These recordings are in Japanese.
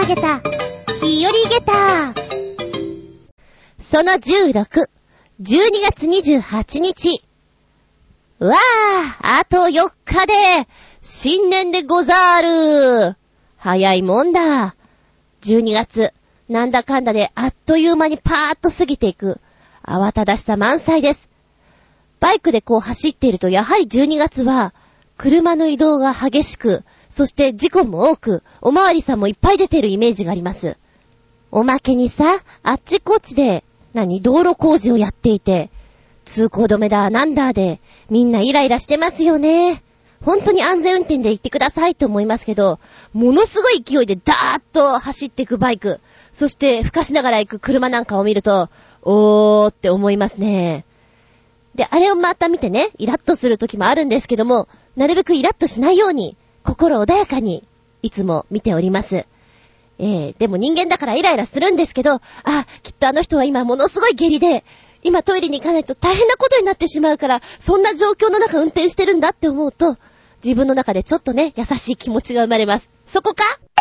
げた、日和げた。その16、12月28日。わあ、あと4日で、新年でござる。早いもんだ。12月、なんだかんだであっという間にパーッと過ぎていく。慌ただしさ満載です。バイクでこう走っていると、やはり12月は、車の移動が激しく、そして事故も多く、おまわりさんもいっぱい出ているイメージがあります。おまけにさ、あっちこっちで、道路工事をやっていて、通行止めだ、なんだで、みんなイライラしてますよね。本当に安全運転で行ってくださいと思いますけど、ものすごい勢いでダーッと走っていくバイク、そして吹かしながら行く車なんかを見ると、おーって思いますね。で、あれをまた見てね、イラッとする時もあるんですけども、なるべくイラッとしないように、心穏やかに、いつも見ております。でも人間だからイライラするんですけど、きっとあの人は今ものすごい下痢で、今トイレに行かないと大変なことになってしまうから、そんな状況の中運転してるんだって思うと、自分の中でちょっとね、優しい気持ちが生まれます。そこか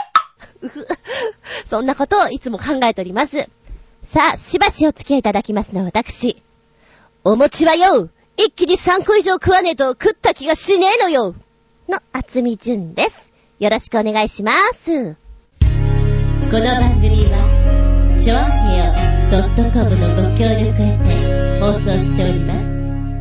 そんなことをいつも考えております。さあ、しばしお付き合いいただきますのは私。お餅はよ、一気に3個以上食わねえと食った気がしねえのよの厚み純です。よろしくお願いします。この番組はちょあへよ .com のご協力を得て放送しております。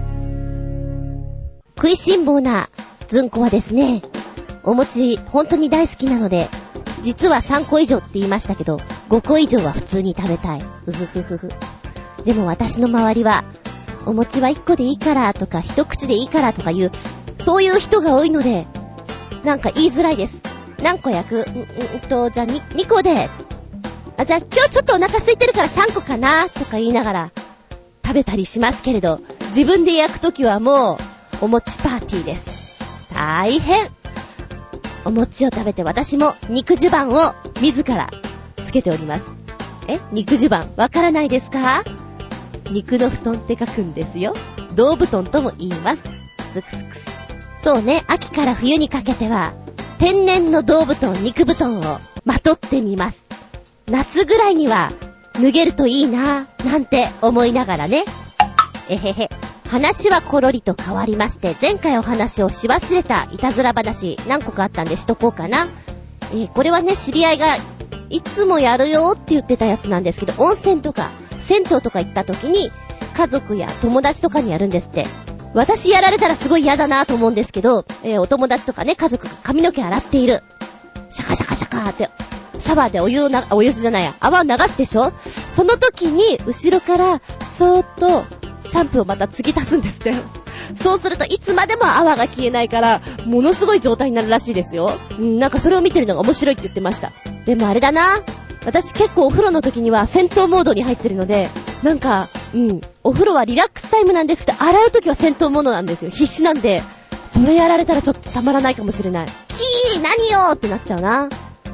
食いしん坊なずんこはですね、お餅本当に大好きなので、実は3個以上って言いましたけど、5個以上は普通に食べたい。でも私の周りはお餅は1個でいいからとか一口でいいからとかいう、そういう人が多いので、なんか言いづらいです。何個焼く？じゃあ 2個で。じゃあ今日ちょっとお腹空いてるから3個かなとか言いながら食べたりしますけれど、自分で焼くときはもうお餅パーティーです。大変。お餅を食べて私も肉襦袢を自らつけております。肉襦袢わからないですか？肉の布団って書くんですよ。胴布団とも言います。クスクスクス。そうね、秋から冬にかけては天然の胴布団、肉布団をまとってみます。夏ぐらいには脱げるといいななんて思いながらね。話はコロリと変わりまして、前回お話をし忘れたいたずら話何個かあったんでしとこうかな。これはね、知り合いがいつもやるよって言ってたやつなんですけど、温泉とか銭湯とか行った時に家族や友達とかにやるんですって。私やられたらすごい嫌だなと思うんですけど、お友達とかね、家族が髪の毛洗っている。シャカシャカシャカってシャワーでお湯じゃないや、泡を流すでしょ。その時に後ろからそーっとシャンプーをまた継ぎ足すんですって。そうするといつまでも泡が消えないからものすごい状態になるらしいですよ。なんかそれを見てるのが面白いって言ってました。でもあれだな、私結構お風呂の時には戦闘モードに入ってるので、なんかお風呂はリラックスタイムなんですけど、洗う時は戦闘モードなんですよ。必死なんで、それやられたらちょっとたまらないかもしれない。キー何よってなっちゃうな。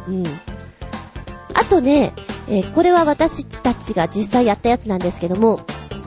あとね、これは私たちが実際やったやつなんですけども、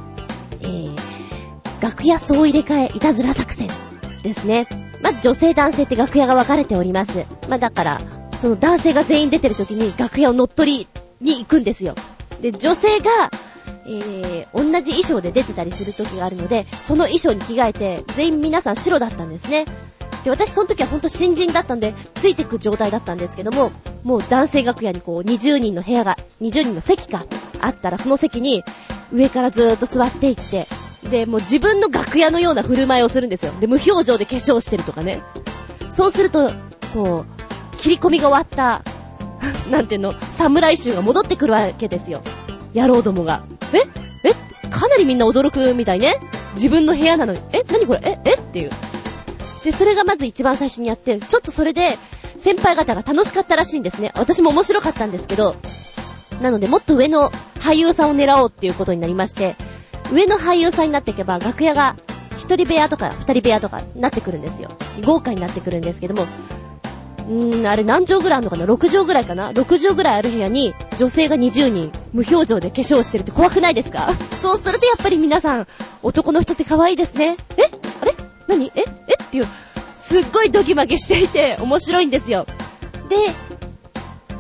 楽屋総入れ替えいたずら作戦ですね。女性男性って楽屋が分かれております。だからその男性が全員出てる時に楽屋を乗っ取りに行くんですよ。で、女性が同じ衣装で出てたりする時があるので、その衣装に着替えて全員皆さん白だったんですね。で、私その時は本当新人だったんでついてく状態だったんですけども、もう男性楽屋にこう20人の部屋が、20人の席があったら、その席に上からずーっと座っていって、で、もう自分の楽屋のような振る舞いをするんですよ。で、無表情で化粧してるとかね。そうするとこう切り込みが終わったなんていうの、侍衆が戻ってくるわけですよ。野郎どもがかなりみんな驚くみたいね。自分の部屋なのに何これっていう。で、それがまず一番最初にやって、ちょっとそれで先輩方が楽しかったらしいんですね。私も面白かったんですけど、なのでもっと上の俳優さんを狙おうっていうことになりまして、上の俳優さんになっていけば楽屋が一人部屋とか二人部屋とかなってくるんですよ。豪華になってくるんですけども、あれ何畳ぐらいあるのかな、6畳ぐらいかな、6畳ぐらいある部屋に女性が20人無表情で化粧してるって怖くないですか？そうするとやっぱり皆さん、男の人って可愛いですね。あれ何っていう、すっごいドギマギしていて面白いんですよ。で、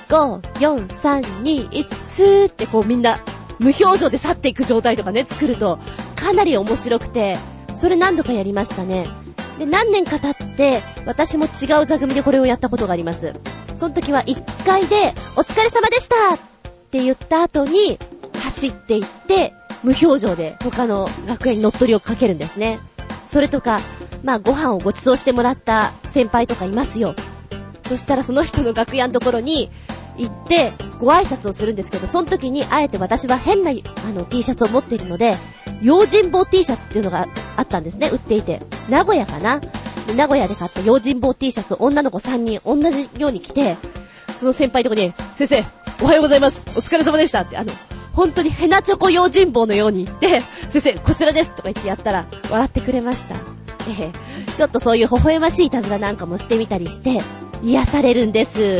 5、4、3、2、1、スーってこうみんな無表情で去っていく状態とかね、作るとかなり面白くて、それ何度かやりましたね。で、何年か経って私も違う座組でこれをやったことがあります。その時は1回でお疲れ様でしたって言った後に走っていって無表情で他の楽屋に乗っ取りをかけるんですね。それとか、ご飯をご馳走してもらった先輩とかいますよ。そしたらその人の楽屋のところに行ってご挨拶をするんですけど、その時にあえて私は変なT シャツを持っているので、用心棒 T シャツっていうのがあったんですね、売っていて。名古屋かな、名古屋で買った用心棒 T シャツを女の子3人同じように着て、その先輩のとこに、先生おはようございます、お疲れ様でしたって本当にヘナチョコ用心棒のように言って、先生こちらですとか言ってやったら笑ってくれました。ちょっとそういう微笑ましいいたずらなんかもしてみたりして癒されるんです。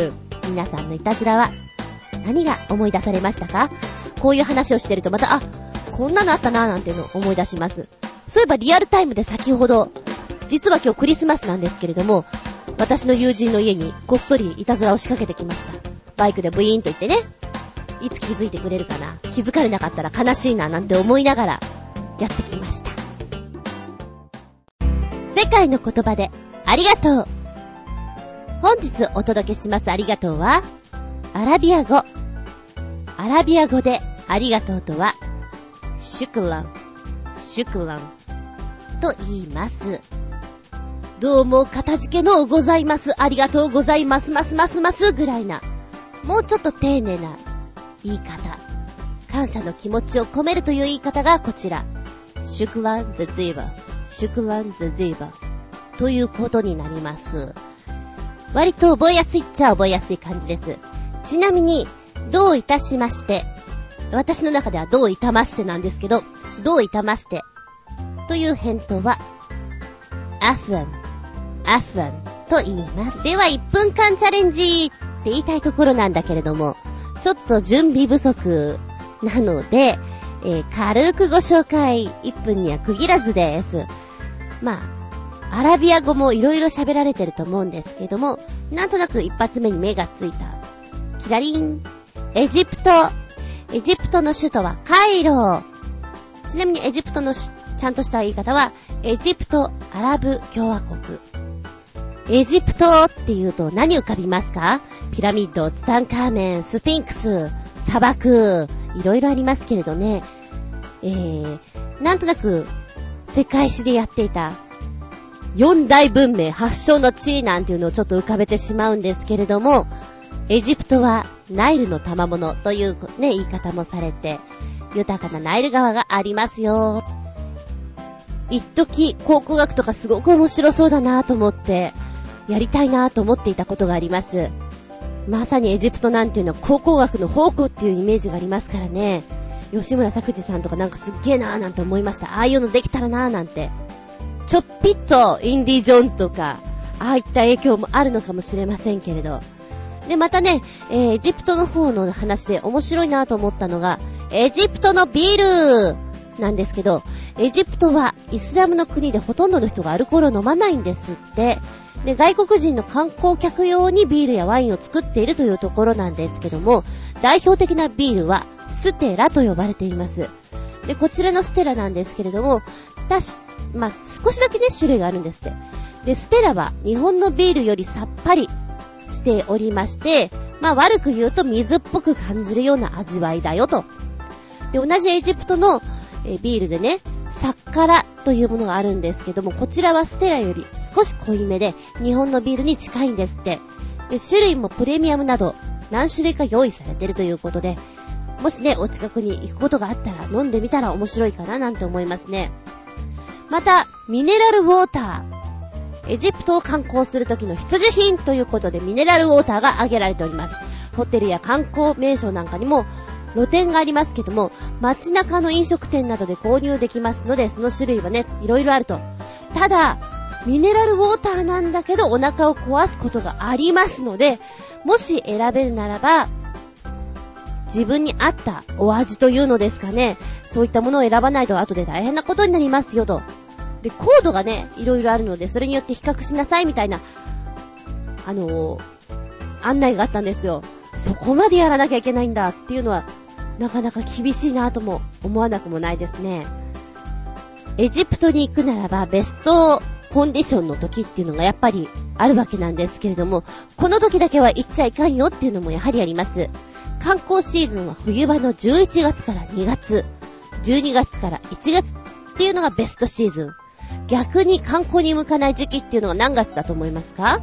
皆さんのいたずらは何が思い出されましたか？こういう話をしてるとまたこんなのあったなーなんていうのを思い出します。そういえばリアルタイムで先ほど、実は今日クリスマスなんですけれども、私の友人の家にこっそりいたずらを仕掛けてきました。バイクでブイーンと言ってね、いつ気づいてくれるかな、気づかれなかったら悲しいななんて思いながらやってきました。世界の言葉でありがとう。本日お届けしますありがとうはアラビア語。アラビア語でありがとうとはシュクランと言います。どうもかたじけのございます、ありがとうございますますぐらいな、もうちょっと丁寧な言い方、感謝の気持ちを込めるという言い方がこちら、シュクランズゼーバということになります。割と覚えやすいっちゃ覚えやすい感じです。ちなみにどういたしまして、私の中ではどういたましてなんですけど、どういたましてという返答はアフランと言います。では1分間チャレンジって言いたいところなんだけれども、ちょっと準備不足なので、軽くご紹介、1分には区切らずです。アラビア語もいろいろ喋られてると思うんですけども、なんとなく一発目に目がついたキラリン、エジプトの首都はカイロ。ちなみにエジプトのちゃんとした言い方はエジプトアラブ共和国。エジプトっていうと何浮かびますか？ピラミッド、ツタンカーメン、スフィンクス、砂漠、いろいろありますけれどね、なんとなく世界史でやっていた四大文明発祥の地なんていうのをちょっと浮かべてしまうんですけれども、エジプトはナイルの賜物というね、言い方もされて、豊かなナイル川がありますよ。一時考古学とかすごく面白そうだなと思ってやりたいなと思っていたことがあります。まさにエジプトなんていうのは考古学の宝庫っていうイメージがありますからね。吉村作治さんとかなんかすっげーなーなんて思いました。ああいうのできたらなーなんて。ちょっぴっとインディ・ジョーンズとかああいった影響もあるのかもしれませんけれど。でまたね、エジプトの方の話で面白いなと思ったのがエジプトのビールなんですけど、エジプトはイスラムの国でほとんどの人がアルコールを飲まないんですって。で外国人の観光客用にビールやワインを作っているというところなんですけども、代表的なビールはステラと呼ばれています。でこちらのステラなんですけれども、少しだけね種類があるんですって。でステラは日本のビールよりさっぱりしておりまして、悪く言うと水っぽく感じるような味わいだよと。で同じエジプトのビールでね、サッカラというものがあるんですけども、こちらはステラより少し濃いめで日本のビールに近いんですって。で種類もプレミアムなど何種類か用意されているということで、もしねお近くに行くことがあったら飲んでみたら面白いかななんて思いますね。またミネラルウォーター、エジプトを観光する時の必需品ということでミネラルウォーターが挙げられております。ホテルや観光名所なんかにも露店がありますけども、街中の飲食店などで購入できますので、その種類はねいろいろあると。ただミネラルウォーターなんだけどお腹を壊すことがありますので、もし選べるならば自分に合ったお味というのですかね、そういったものを選ばないと後で大変なことになりますよと。でコードがねいろいろあるので、それによって比較しなさいみたいな案内があったんですよ。 そこまでやらなきゃいけないんだっていうのはなかなか厳しいなとも思わなくもないですね。エジプトに行くならばベストコンディションの時っていうのがやっぱりあるわけなんですけれども、この時だけは行っちゃいかんよっていうのもやはりあります。観光シーズンは冬場の11月から2月、12月から1月っていうのがベストシーズン。逆に観光に向かない時期っていうのは何月だと思いますか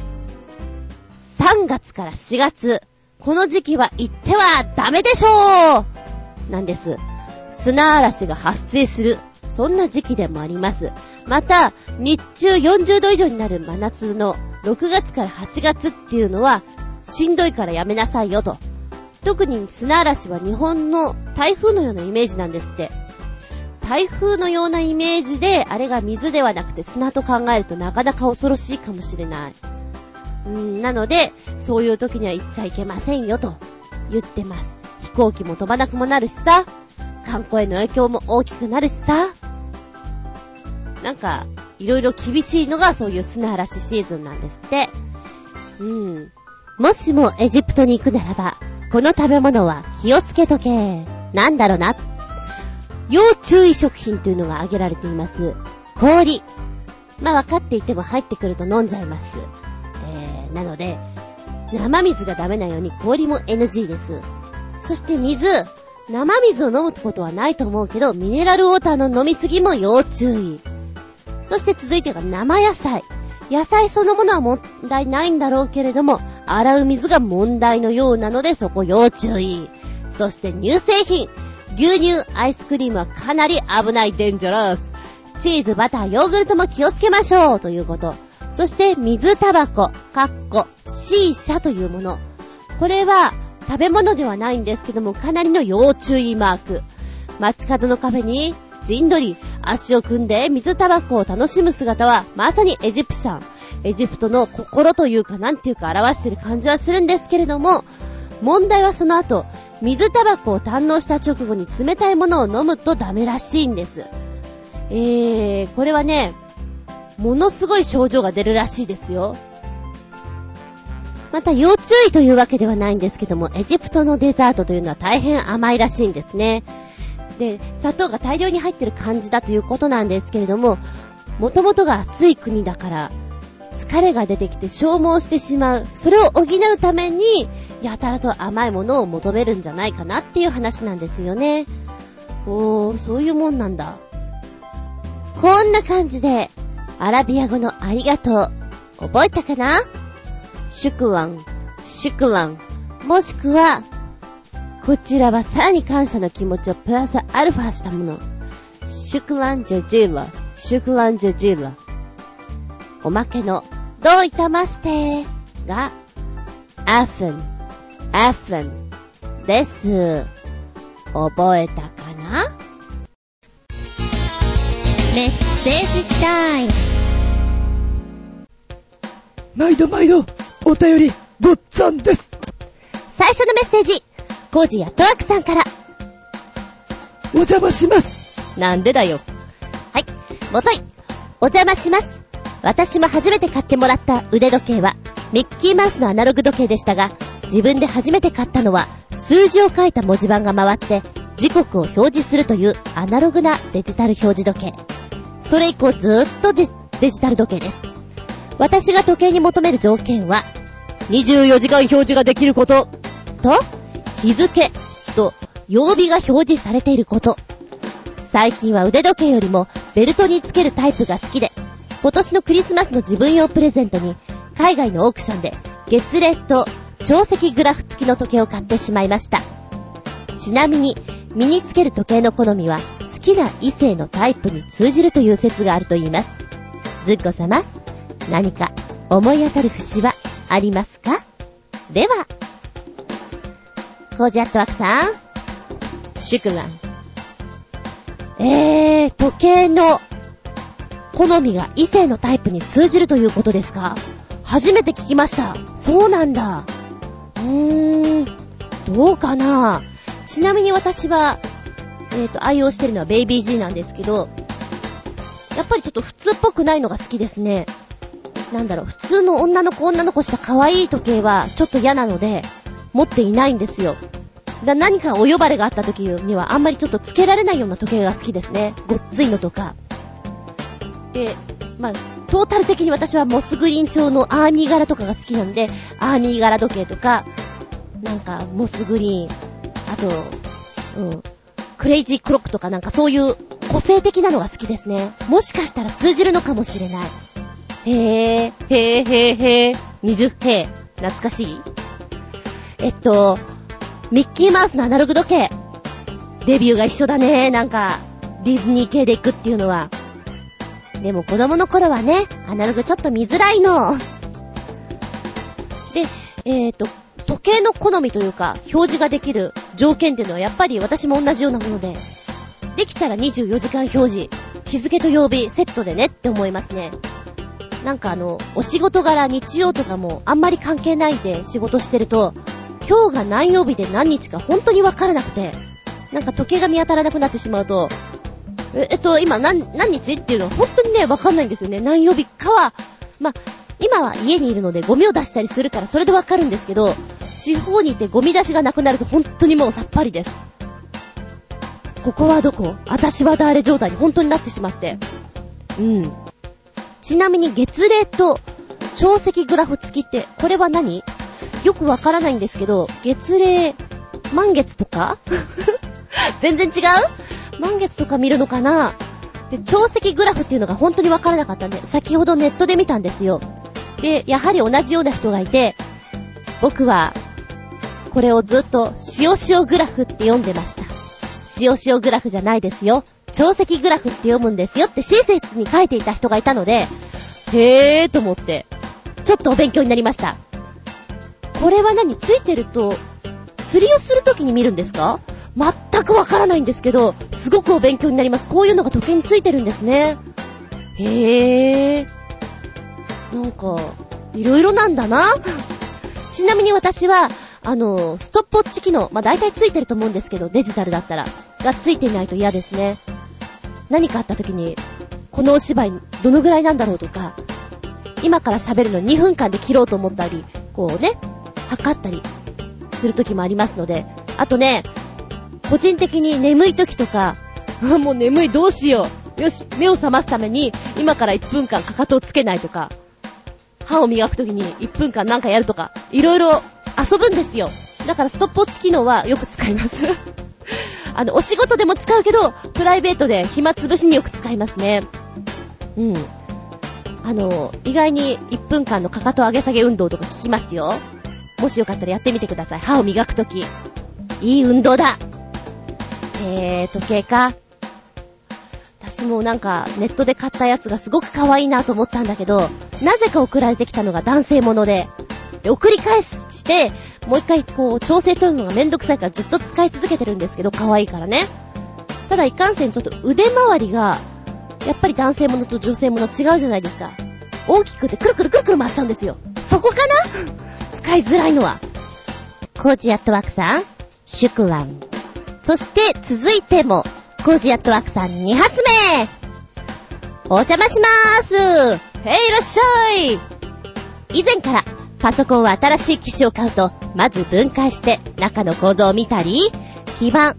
？3月から4月。この時期は行ってはダメでしょうなんです。砂嵐が発生する。そんな時期でもあります。また、日中40度以上になる真夏の6月から8月っていうのは、しんどいからやめなさいよと。特に砂嵐は日本の台風のようなイメージなんですって。台風のようなイメージで、あれが水ではなくて砂と考えるとなかなか恐ろしいかもしれない。なので、そういう時には行っちゃいけませんよと言ってます。飛行機も飛ばなくもなるしさ、観光への影響も大きくなるしさ、なんかいろいろ厳しいのがそういう砂嵐シーズンなんですって。もしもエジプトに行くならば、この食べ物は気をつけとけ。なんだろうな。要注意食品というのが挙げられています。氷。分かっていても入ってくると飲んじゃいます。なので、生水がダメなように氷も NG です。そして水。生水を飲むことはないと思うけど、ミネラルウォーターの飲みすぎも要注意。そして続いてが生野菜。野菜そのものは問題ないんだろうけれども、洗う水が問題のようなのでそこ要注意。そして乳製品。牛乳、アイスクリームはかなり危ないデンジャラス。チーズ、バター、ヨーグルトも気をつけましょうということ。そして水タバコ、シーシャというもの。これは食べ物ではないんですけども、かなりの要注意マーク。街角のカフェに陣取り、足を組んで水タバコを楽しむ姿はまさにエジプシャン。エジプトの心というかなんていうか表している感じはするんですけれども、問題はその後、水タバコを堪能した直後に冷たいものを飲むとダメらしいんです。これはね、ものすごい症状が出るらしいですよ。また要注意というわけではないんですけども、エジプトのデザートというのは大変甘いらしいんですね。で、砂糖が大量に入ってる感じだということなんですけれども、もともとが暑い国だから疲れが出てきて消耗してしまう。それを補うためにやたらと甘いものを求めるんじゃないかなっていう話なんですよね。そういうもんなんだ。こんな感じでアラビア語のありがとう覚えたかな？シュクワン、もしくはこちらはさらに感謝の気持ちをプラスアルファしたもの。シュクランジャジーラ。おまけのどういたましてがアフンです。覚えたかな？メッセージタイム。 毎度お便りごっつぁんです。 最初のメッセージ、コージやトワクさんから。 お邪魔します。 なんでだよ。はい、もといお邪魔します。私も初めて買ってもらった腕時計はミッキーマウスのアナログ時計でしたが、自分で初めて買ったのは数字を書いた文字盤が回って時刻を表示するというアナログなデジタル表示時計。それ以降ずーっとデジタル時計です。私が時計に求める条件は24時間表示ができることと、日付と曜日が表示されていること。最近は腕時計よりもベルトにつけるタイプが好きで、今年のクリスマスの自分用プレゼントに海外のオークションで月齢と潮汐グラフ付きの時計を買ってしまいました。ちなみに身につける時計の好みは好きな異性のタイプに通じるという説があるといいます。ずっこ様、何か思い当たる節はありますか？ではコージアットワークさん、シュクラン。時計の好みが異性のタイプに通じるということですか？初めて聞きました。そうなんだ。どうかな。ちなみに私は愛用してるのはベイビー G なんですけど、やっぱりちょっと普通っぽくないのが好きですね。普通の女の子した可愛い時計はちょっと嫌なので、 持っていないんですよ。何かお呼ばれがあった時にはあんまりちょっとつけられないような時計が好きですね。ごっついのとか。で、トータル的に私はモスグリーン調のアーミー柄とかが好きなんで、アーミー柄時計とか、なんかモスグリーン、あと、クレイジークロックとかなんかそういう個性的なのが好きですね。もしかしたら通じるのかもしれない。へー、20へー、懐かしい？ミッキーマウスのアナログ時計。デビューが一緒だね。なんか、ディズニー系で行くっていうのは。でも子供の頃はね、アナログちょっと見づらいの。で、時計の好みというか、表示ができる条件っていうのはやっぱり私も同じようなもので、できたら24時間表示、日付と曜日セットでねって思いますね。なんかお仕事柄日曜とかもあんまり関係ないで仕事してると、今日が何曜日で何日か本当にわからなくて、なんか時計が見当たらなくなってしまうと、今何日っていうのは本当にね、わかんないんですよね。何曜日かは、今は家にいるのでゴミを出したりするからそれでわかるんですけど、地方にいてゴミ出しがなくなると本当にもうさっぱりです。ここはどこ？私は誰状態に本当になってしまって。ちなみに月齢と潮汐グラフ付きって、これは何？よくわからないんですけど、月齢、満月とか全然違う？満月とか見るのかな？で、潮汐グラフっていうのが本当にわからなかったんで、先ほどネットで見たんですよ。で、やはり同じような人がいて、僕は、これをずっと、潮潮グラフって読んでました。潮潮グラフじゃないですよ。潮汐グラフって読むんですよって親切に書いていた人がいたので、へーと思って、ちょっとお勉強になりました。これは何？ついてると、釣りをするときに見るんですか？全くわからないんですけど、すごくお勉強になります。こういうのが時計についてるんですね。へー。なんか、いろいろなんだな。ちなみに私は、ストップウォッチ機能、大体ついてると思うんですけど、デジタルだったら、がついてないと嫌ですね。何かあった時に、このお芝居、どのぐらいなんだろうとか、今から喋るの2分間で切ろうと思ったり、こうね、測ったりする時もありますので、あとね、個人的に眠い時とか、もう眠いどうしよう。よし、目を覚ますために、今から1分間かかとをつけないとか、歯を磨く時に1分間なんかやるとか、いろいろ遊ぶんですよ。だからストップウォッチ機能はよく使います。お仕事でも使うけど、プライベートで暇つぶしによく使いますね。意外に1分間のかかと上げ下げ運動とか聞きますよ。もしよかったらやってみてください。歯を磨くとき。いい運動だ。時計か。私もなんかネットで買ったやつがすごく可愛いなと思ったんだけど、なぜか送られてきたのが男性もので、送り返して、もう一回こう調整取るのがめんどくさいからずっと使い続けてるんですけど、可愛いからね。ただいかんせんちょっと腕周りが、やっぱり男性ものと女性もの違うじゃないですか。大きくてくるくるくるくる回っちゃうんですよ。そこかな？使いづらいのは。コージアットワークさん、シュクワン。そして続いても、コージアットワークさん2発目。お邪魔しまーす。いらっしゃい。以前からパソコンは新しい機種を買うと、まず分解して中の構造を見たり、基板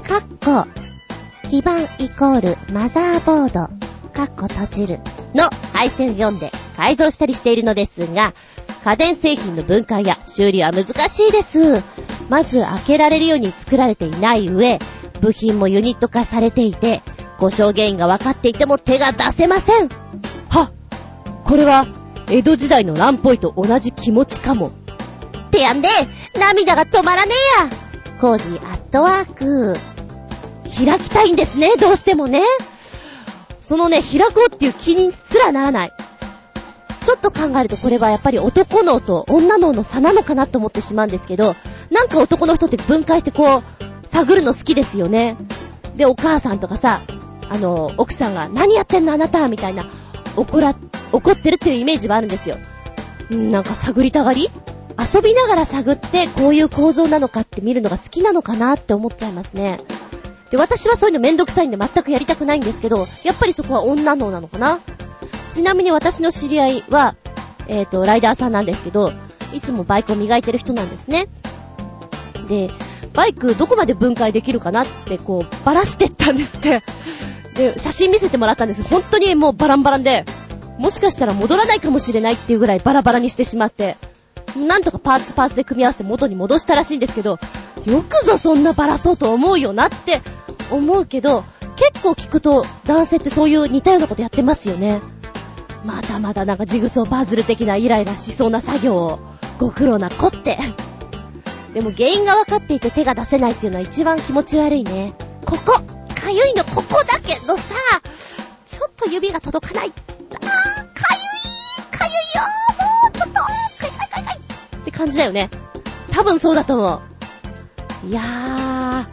基板イコールマザーボード閉じるの配線を読んで改造したりしているのですが、家電製品の分解や修理は難しいです。まず開けられるように作られていない上、部品もユニット化されていて、故障原因が分かっていても手が出せません。は、これは江戸時代の乱歩と同じ気持ちかも。ってやんで、涙が止まらねえや。コージーアットワーク。開きたいんですね、どうしてもね。そのね、開こうっていう気にすらならない。ちょっと考えるとこれはやっぱり男脳と女脳の差なのかなと思ってしまうんですけど、なんか男の人って分解してこう探るの好きですよね。で、お母さんとかさ、奥さんが何やってんのあなたみたいな怒ってるっていうイメージはあるんですよ。なんか探りたがり？遊びながら探ってこういう構造なのかって見るのが好きなのかなって思っちゃいますね。で、私はそういうのめんどくさいんで全くやりたくないんですけど、やっぱりそこは女脳なのかな。ちなみに私の知り合いはライダーさんなんですけど、いつもバイクを磨いてる人なんですね。 で、バイクどこまで分解できるかなってこうバラしてったんですって。で、写真見せてもらったんです。本当にもうバランバランで、もしかしたら戻らないかもしれないっていうぐらいバラバラにしてしまって、なんとかパーツで組み合わせて元に戻したらしいんですけど、よくぞそんなバラそうと思うよなって思うけど、結構聞くと男性ってそういう似たようなことやってますよね。まだまだなんかジグソーパズル的なイライラしそうな作業をご苦労なこって。でも原因が分かっていて手が出せないっていうのは一番気持ち悪いね。ここかゆいのここだけどさ、ちょっと指が届かない。かゆいよもうちょっとかいって感じだよね。多分そうだと思う。いや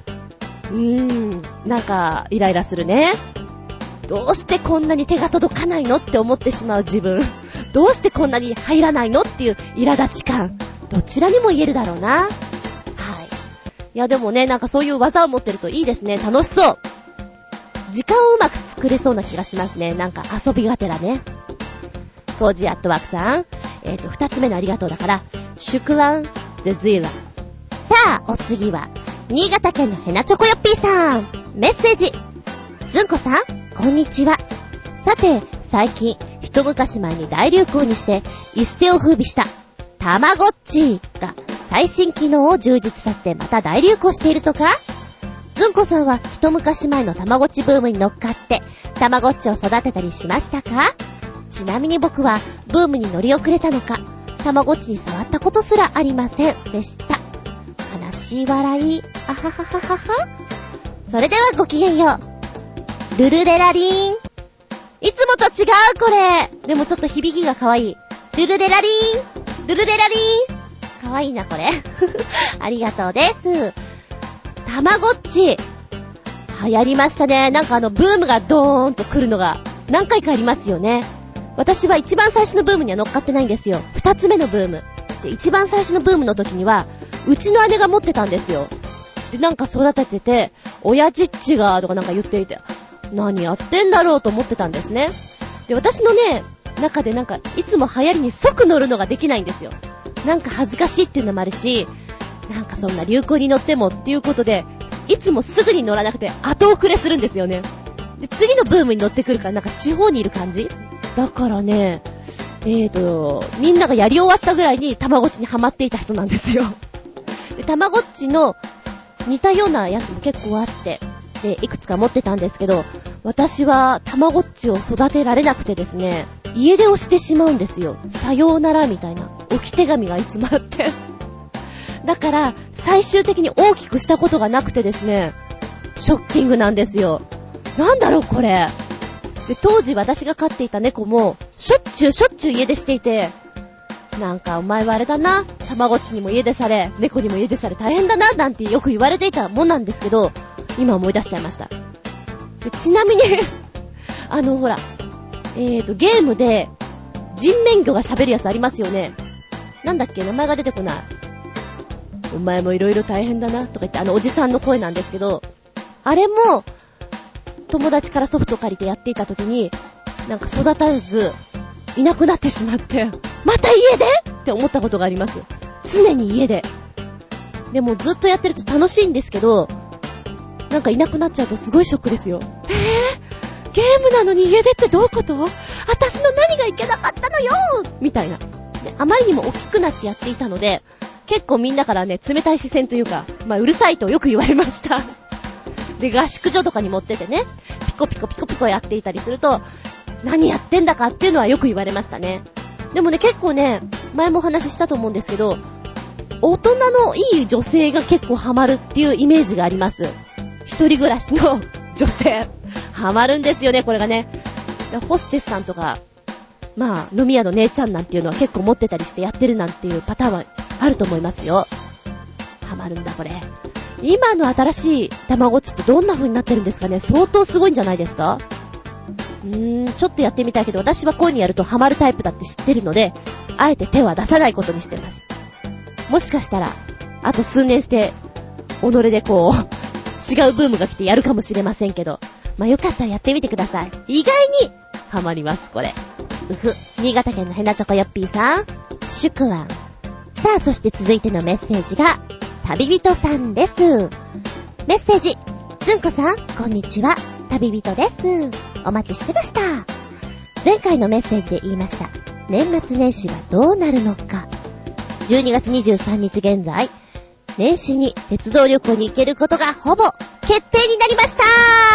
なんかイライラするね。どうしてこんなに手が届かないのって思ってしまう自分、どうしてこんなに入らないのっていう苛立ち感、どちらにも言えるだろうな。はい。いやでもね、なんかそういう技を持ってるといいですね。楽しそう。時間をうまく作れそうな気がしますね。なんか遊びがてらね。コージアットワークさん、2つ目のありがとうだから、シュクワンジェズイラ。さあ、お次は新潟県のヘナチョコヨッピーさん。メッセージ。ずんこさん、こんにちは。さて、最近一昔前に大流行にして一世を風靡したたまごっちが最新機能を充実させてまた大流行しているとか。ずんこさんは一昔前のたまごっちブームに乗っかってたまごっちを育てたりしましたか？ちなみに僕はブームに乗り遅れたのかたまごっちに触ったことすらありませんでした。悲しい笑い。あははははは。それではごきげんよう。ルルレラリーン。いつもと違うこれ。でもちょっと響きが可愛い。ルルレラリーン。ルルレラリーン。可愛いなこれ。ありがとうです。たまごっち流行りましたね。なんかブームがドーンと来るのが何回かありますよね。私は一番最初のブームには乗っかってないんですよ。二つ目のブームで、一番最初のブームの時にはうちの姉が持ってたんですよ。でなんか育ててて、親父っちがとかなんか言っていて、何やってんだろうと思ってたんですね。で私のね中でなんかいつも流行りに即乗るのができないんですよ。なんか恥ずかしいっていうのもあるし、なんかそんな流行に乗ってもっていうことでいつもすぐに乗らなくて後遅れするんですよね。で次のブームに乗ってくるからなんか地方にいる感じだからね、みんながやり終わったぐらいにたまごっちにハマっていた人なんですよ。でたまごっちの似たようなやつも結構あって、でいくつか持ってたんですけど、私はたまごっちを育てられなくてですね、家出をしてしまうんですよ。さようならみたいな置き手紙がいつもあってだから最終的に大きくしたことがなくてですね、ショッキングなんですよ。なんだろうこれ。で当時私が飼っていた猫もしょっちゅう家出していて、なんかお前はあれだな、たまごっちにも家出され猫にも家出され大変だななんてよく言われていたもんなんですけど、今思い出しちゃいました。でちなみにほらゲームで人面魚が喋るやつありますよね。なんだっけ、名前が出てこない。お前もいろいろ大変だなとか言っておじさんの声なんですけど、あれも友達からソフト借りてやっていた時になんか育たずいなくなってしまって、また家でって思ったことがあります。常に家で。でもずっとやってると楽しいんですけど、なんかいなくなっちゃうとすごいショックですよ。ゲームなのに家出ってどういうこと？私の何がいけなかったのよみたいな。であまりにも大きくなってやっていたので、結構みんなからね冷たい視線というか、うるさいとよく言われましたで合宿所とかに持っててね、ピコピコやっていたりすると、何やってんだかっていうのはよく言われましたね。でもね結構ね、前もお話ししたと思うんですけど、大人のいい女性が結構ハマるっていうイメージがあります。一人暮らしの女性ハマるんですよねこれがね。ホステスさんとか飲み屋の姉ちゃんなんていうのは結構持ってたりしてやってるなんていうパターンはあると思いますよ。ハマるんだこれ。今の新しいたまごっちってどんな風になってるんですかね。相当すごいんじゃないですか。ちょっとやってみたいけど、私はこういうのやるとハマるタイプだって知ってるので、あえて手は出さないことにしてます。もしかしたらあと数年して己でこう違うブームが来てやるかもしれませんけど、よかったらやってみてください。意外にハマりますこれ。新潟県のヘナチョコヨッピーさん、シュクワン。さあそして続いてのメッセージが旅人さんです。メッセージ。ずんこさん、こんにちは。旅人です。お待ちしてました。前回のメッセージで言いました。年末年始はどうなるのか。12月23日現在、年始に鉄道旅行に行けることがほぼ決定になりました。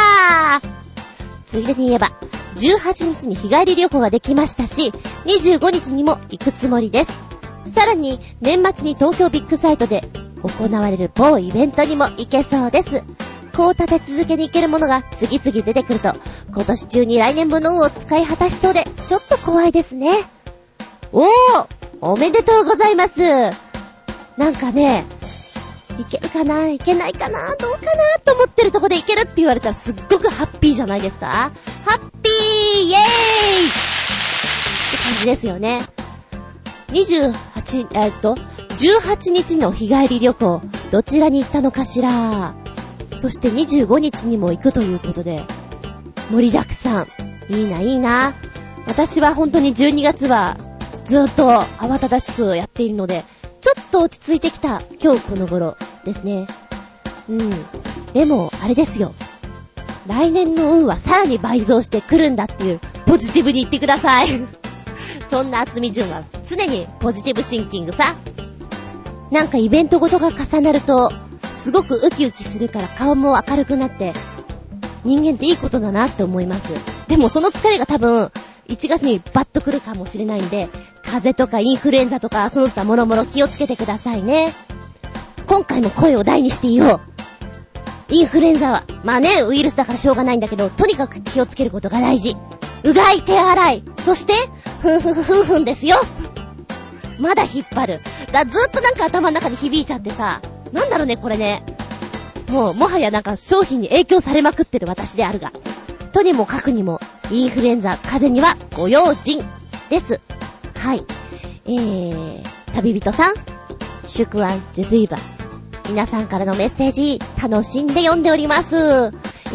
ついでに言えば、18日に日帰り旅行ができましたし、25日にも行くつもりです。さらに、年末に東京ビッグサイトで行われる某イベントにも行けそうです。こう立て続けに行けるものが次々出てくると、今年中に来年分の運を使い果たしそうで、ちょっと怖いですね。おめでとうございます。なんかね、いけるかないけないかなどうかなと思ってるとこでいけるって言われたらすっごくハッピーじゃないですか。ハッピーイエーイって感じですよね。18日の日帰り旅行、どちらに行ったのかしら。そして25日にも行くということで、盛りだくさん。いいな、いいな。私は本当に12月はずっと慌ただしくやっているので、ちょっと落ち着いてきた今日この頃ですね。でも、あれですよ。来年の運はさらに倍増してくるんだっていう、ポジティブに言ってください。そんな厚み純は常にポジティブシンキングさ。なんかイベントごとが重なると、すごくウキウキするから顔も明るくなって、人間っていいことだなって思います。でもその疲れが多分、1月にバッと来るかもしれないんで、風邪とかインフルエンザとかその他もろもろ気をつけてくださいね。今回も声を大にして言おう。インフルエンザはまあね、ウイルスだからしょうがないんだけど、とにかく気をつけることが大事。うがい、手洗い、そしてふんですよ。まだ引っ張る。ずっとなんか頭の中で響いちゃってさ、なんだろうねこれね。もはやなんか商品に影響されまくってる私であるが、とにもかくにもインフルエンザ、風邪にはご用心です。はい。旅人さん、祝安ジュドゥイバ。皆さんからのメッセージ楽しんで読んでおります。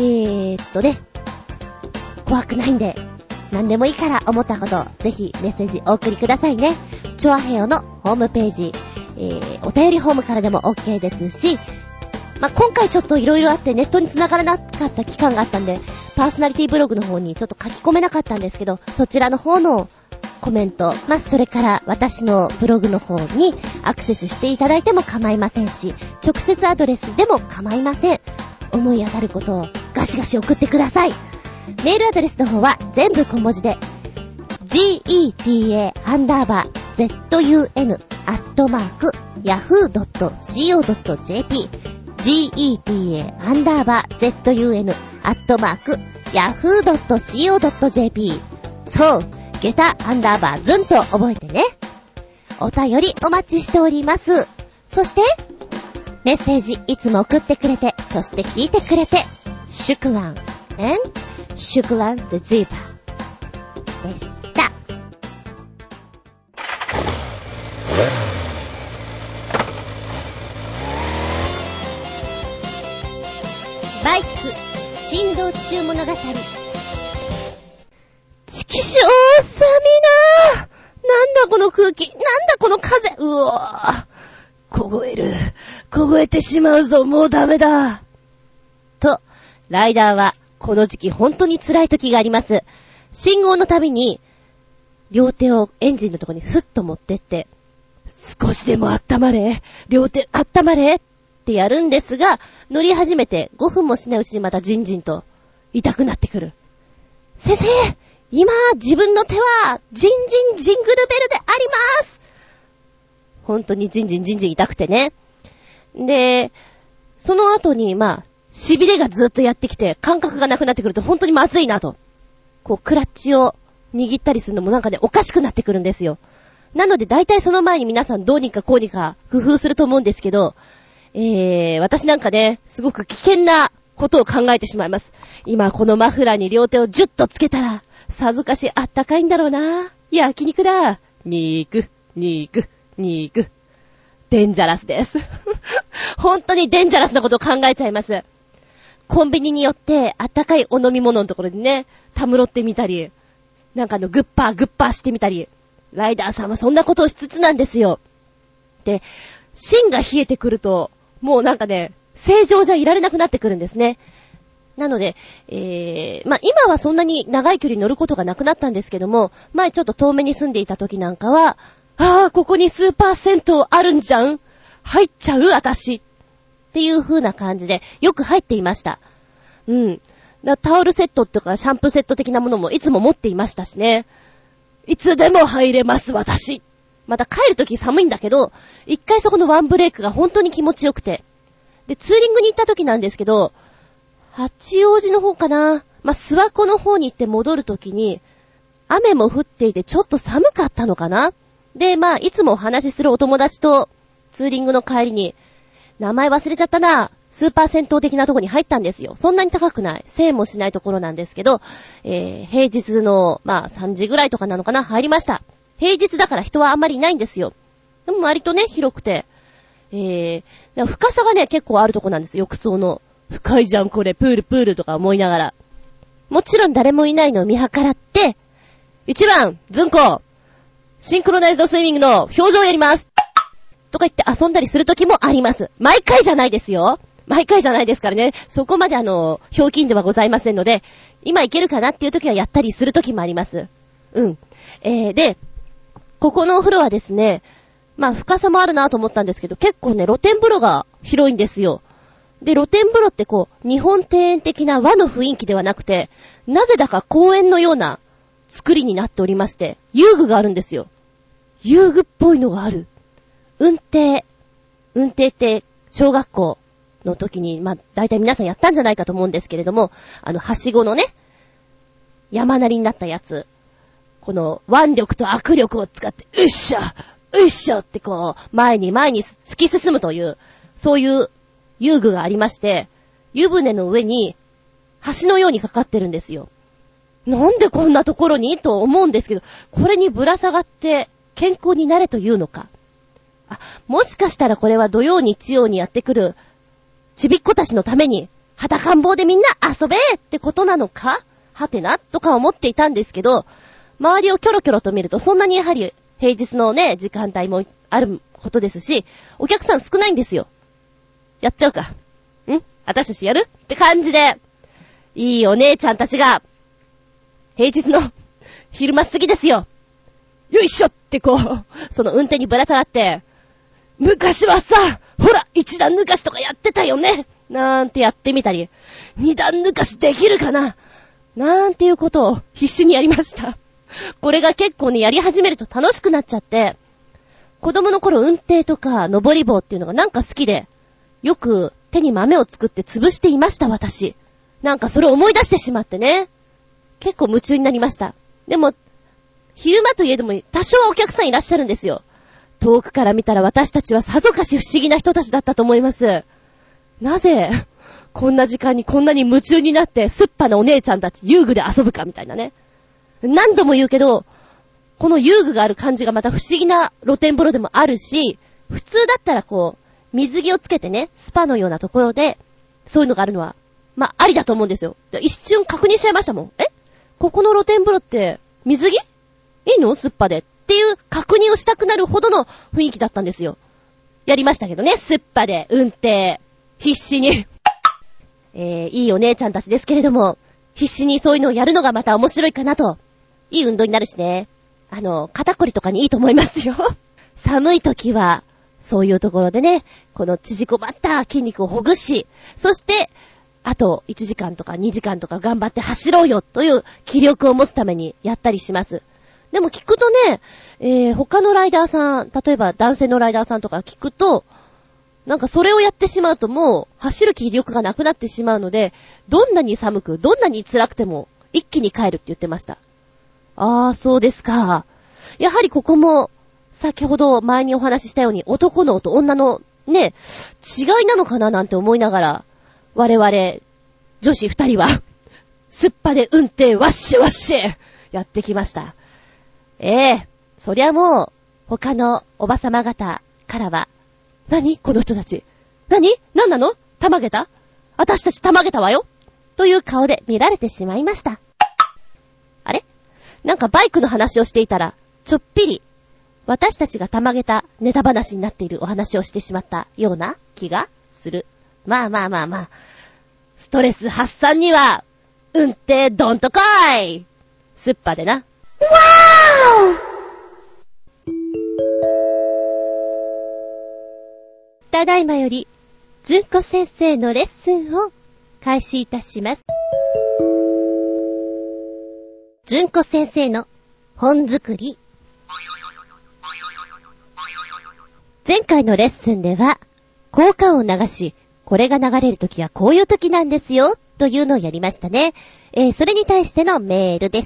怖くないんで何でもいいから思ったことぜひメッセージお送りくださいね。チョアヘヨのホームページ、お便りホームからでも OK ですし、今回ちょっといろいろあってネットに繋がらなかった期間があったんで、パーソナリティブログの方にちょっと書き込めなかったんですけど、そちらの方のコメント、それから私のブログの方にアクセスしていただいても構いませんし、直接アドレスでも構いません。思い当たることをガシガシ送ってください。メールアドレスの方は全部小文字で geta_zun@yahoo.co.jp geta_zun@yahoo.co.jp そう、ゲタ_ズンと覚えてね。お便りお待ちしております。そしてメッセージいつも送ってくれて、そして聞いてくれて、祝安祝安ズズイバーでした。バイク振動中物語。チキショー寒いな。なんだこの空気、なんだこの風。うわぁ、凍えてしまうぞ。もうダメだと、ライダーはこの時期本当に辛い時があります。信号のたびに両手をエンジンのところにふっと持ってって、少しでも温まれ、両手温まれってやるんですが、乗り始めて5分もしないうちにまたジンジンと痛くなってくる。先生、今自分の手はジングルベルであります。本当にジンジン痛くてね。で、その後に痺れがずっとやってきて感覚がなくなってくると本当にまずいなと。クラッチを握ったりするのもなんかね、おかしくなってくるんですよ。なので大体その前に皆さんどうにかこうにか工夫すると思うんですけど、私なんかね、すごく危険なことを考えてしまいます。今このマフラーに両手をジュッとつけたら、さぞかしあったかいんだろうな。焼肉だ。肉。デンジャラスです。本当にデンジャラスなことを考えちゃいます。コンビニによってあったかいお飲み物のところにね、たむろってみたり、なんかグッパーしてみたり、ライダーさんはそんなことをしつつなんですよ。で、芯が冷えてくると、 もうなんかね、正常じゃいられなくなってくるんですね。なので、今はそんなに長い距離乗ることがなくなったんですけども、前ちょっと遠目に住んでいた時なんかは、ここにスーパー銭湯あるんじゃん？入っちゃう私っていう風な感じで、よく入っていました。タオルセットとかシャンプーセット的なものもいつも持っていましたしね。いつでも入れます私。また帰るとき寒いんだけど、一回そこのワンブレイクが本当に気持ちよくて。で、ツーリングに行ったときなんですけど、八王子の方かな。諏訪湖の方に行って戻るときに、雨も降っていてちょっと寒かったのかな。で、いつもお話しするお友達とツーリングの帰りに、名前忘れちゃったな。スーパー銭湯的なとこに入ったんですよ。そんなに高くない。1000円もしないところなんですけど、平日の、3時ぐらいとかなのかな、入りました。平日だから人はあんまりいないんですよ。でも割とね、広くて、深さがね、結構あるとこなんですよ。浴槽の。深いじゃん、これ、プールとか思いながら。もちろん誰もいないのを見計らって、1番、ずんこ、シンクロナイズドスイミングの表情をやります。とか言って遊んだりするときもあります。毎回じゃないですよ。毎回じゃないですからね。そこまでひょうきんではございませんので、今いけるかなっていうときはやったりするときもあります。で、ここのお風呂はですね、深さもあるなと思ったんですけど、結構ね、露天風呂が広いんですよ。で、露天風呂って日本庭園的な和の雰囲気ではなくて、なぜだか公園のような作りになっておりまして、遊具があるんですよ。遊具っぽいのがある。運転って小学校の時に、大体皆さんやったんじゃないかと思うんですけれども、はしごのね、山なりになったやつ。この腕力と握力を使って、うっしょって前に突き進むという、そういう遊具がありまして、湯船の上に橋のようにかかってるんですよ。なんでこんなところにと思うんですけど、これにぶら下がって健康になれというのか。もしかしたらこれは土曜日曜にやってくるちびっこたちのために裸ん坊でみんな遊べってことなのかはてなとか思っていたんですけど、周りをキョロキョロと見るとそんなにやはり平日のね時間帯もあることですし、お客さん少ないんですよ。やっちゃうか。私たちやるって感じで、いいお姉ちゃんたちが平日の昼間過ぎですよ。よいしょってその運転にぶら下がって、昔はさ、ほら一段抜かしとかやってたよねなんてやってみたり、二段抜かしできるかななんていうことを必死にやりました。これが結構ね、やり始めると楽しくなっちゃって、子供の頃運転とか登り棒っていうのがなんか好きで、よく手に豆を作って潰していました私。なんかそれを思い出してしまってね、結構夢中になりました。でも昼間といえども多少はお客さんいらっしゃるんですよ。遠くから見たら私たちはさぞかし不思議な人たちだったと思います。なぜこんな時間にこんなに夢中になってすっぱなお姉ちゃんたち遊具で遊ぶかみたいなね。何度も言うけど、この遊具がある感じがまた不思議な露天風呂でもあるし、普通だったら水着をつけてね、スパのようなところでそういうのがあるのはありだと思うんですよ。一瞬確認しちゃいましたもん。ここの露天風呂って水着？いいの？スッパでっていう確認をしたくなるほどの雰囲気だったんですよ。やりましたけどね、スッパで運転必死にいいお姉ちゃんたちですけれども、必死にそういうのをやるのがまた面白いかなと。いい運動になるしね。肩こりとかにいいと思いますよ。寒い時はそういうところでね、この縮こまった筋肉をほぐし、そしてあと1時間とか2時間とか頑張って走ろうよという気力を持つためにやったりします。でも聞くとね、他のライダーさん、例えば男性のライダーさんとか聞くと、なんかそれをやってしまうともう走る気力がなくなってしまうので、どんなに寒く、どんなに辛くても一気に帰るって言ってました。そうですか。やはりここも先ほど前にお話ししたように男のと女のね、違いなのかななんて思いながら、我々女子二人はすっぱで運転ワッシュワッシュやってきました。そりゃもう他のおばさま方からは、何この人たち、何なのたまげた、私たちたまげたわよという顔で見られてしまいました。あれ、なんかバイクの話をしていたらちょっぴり私たちがたまげたネタ話になっているお話をしてしまったような気がする。まあ。ストレス発散には、うんってどんとこい！スッパでな。わー！ただいまより、ずんこ先生のレッスンを開始いたします。ずんこ先生の本作り。前回のレッスンでは、効果音を流し、これが流れるときはこういうときなんですよ、というのをやりましたね。それに対してのメールです。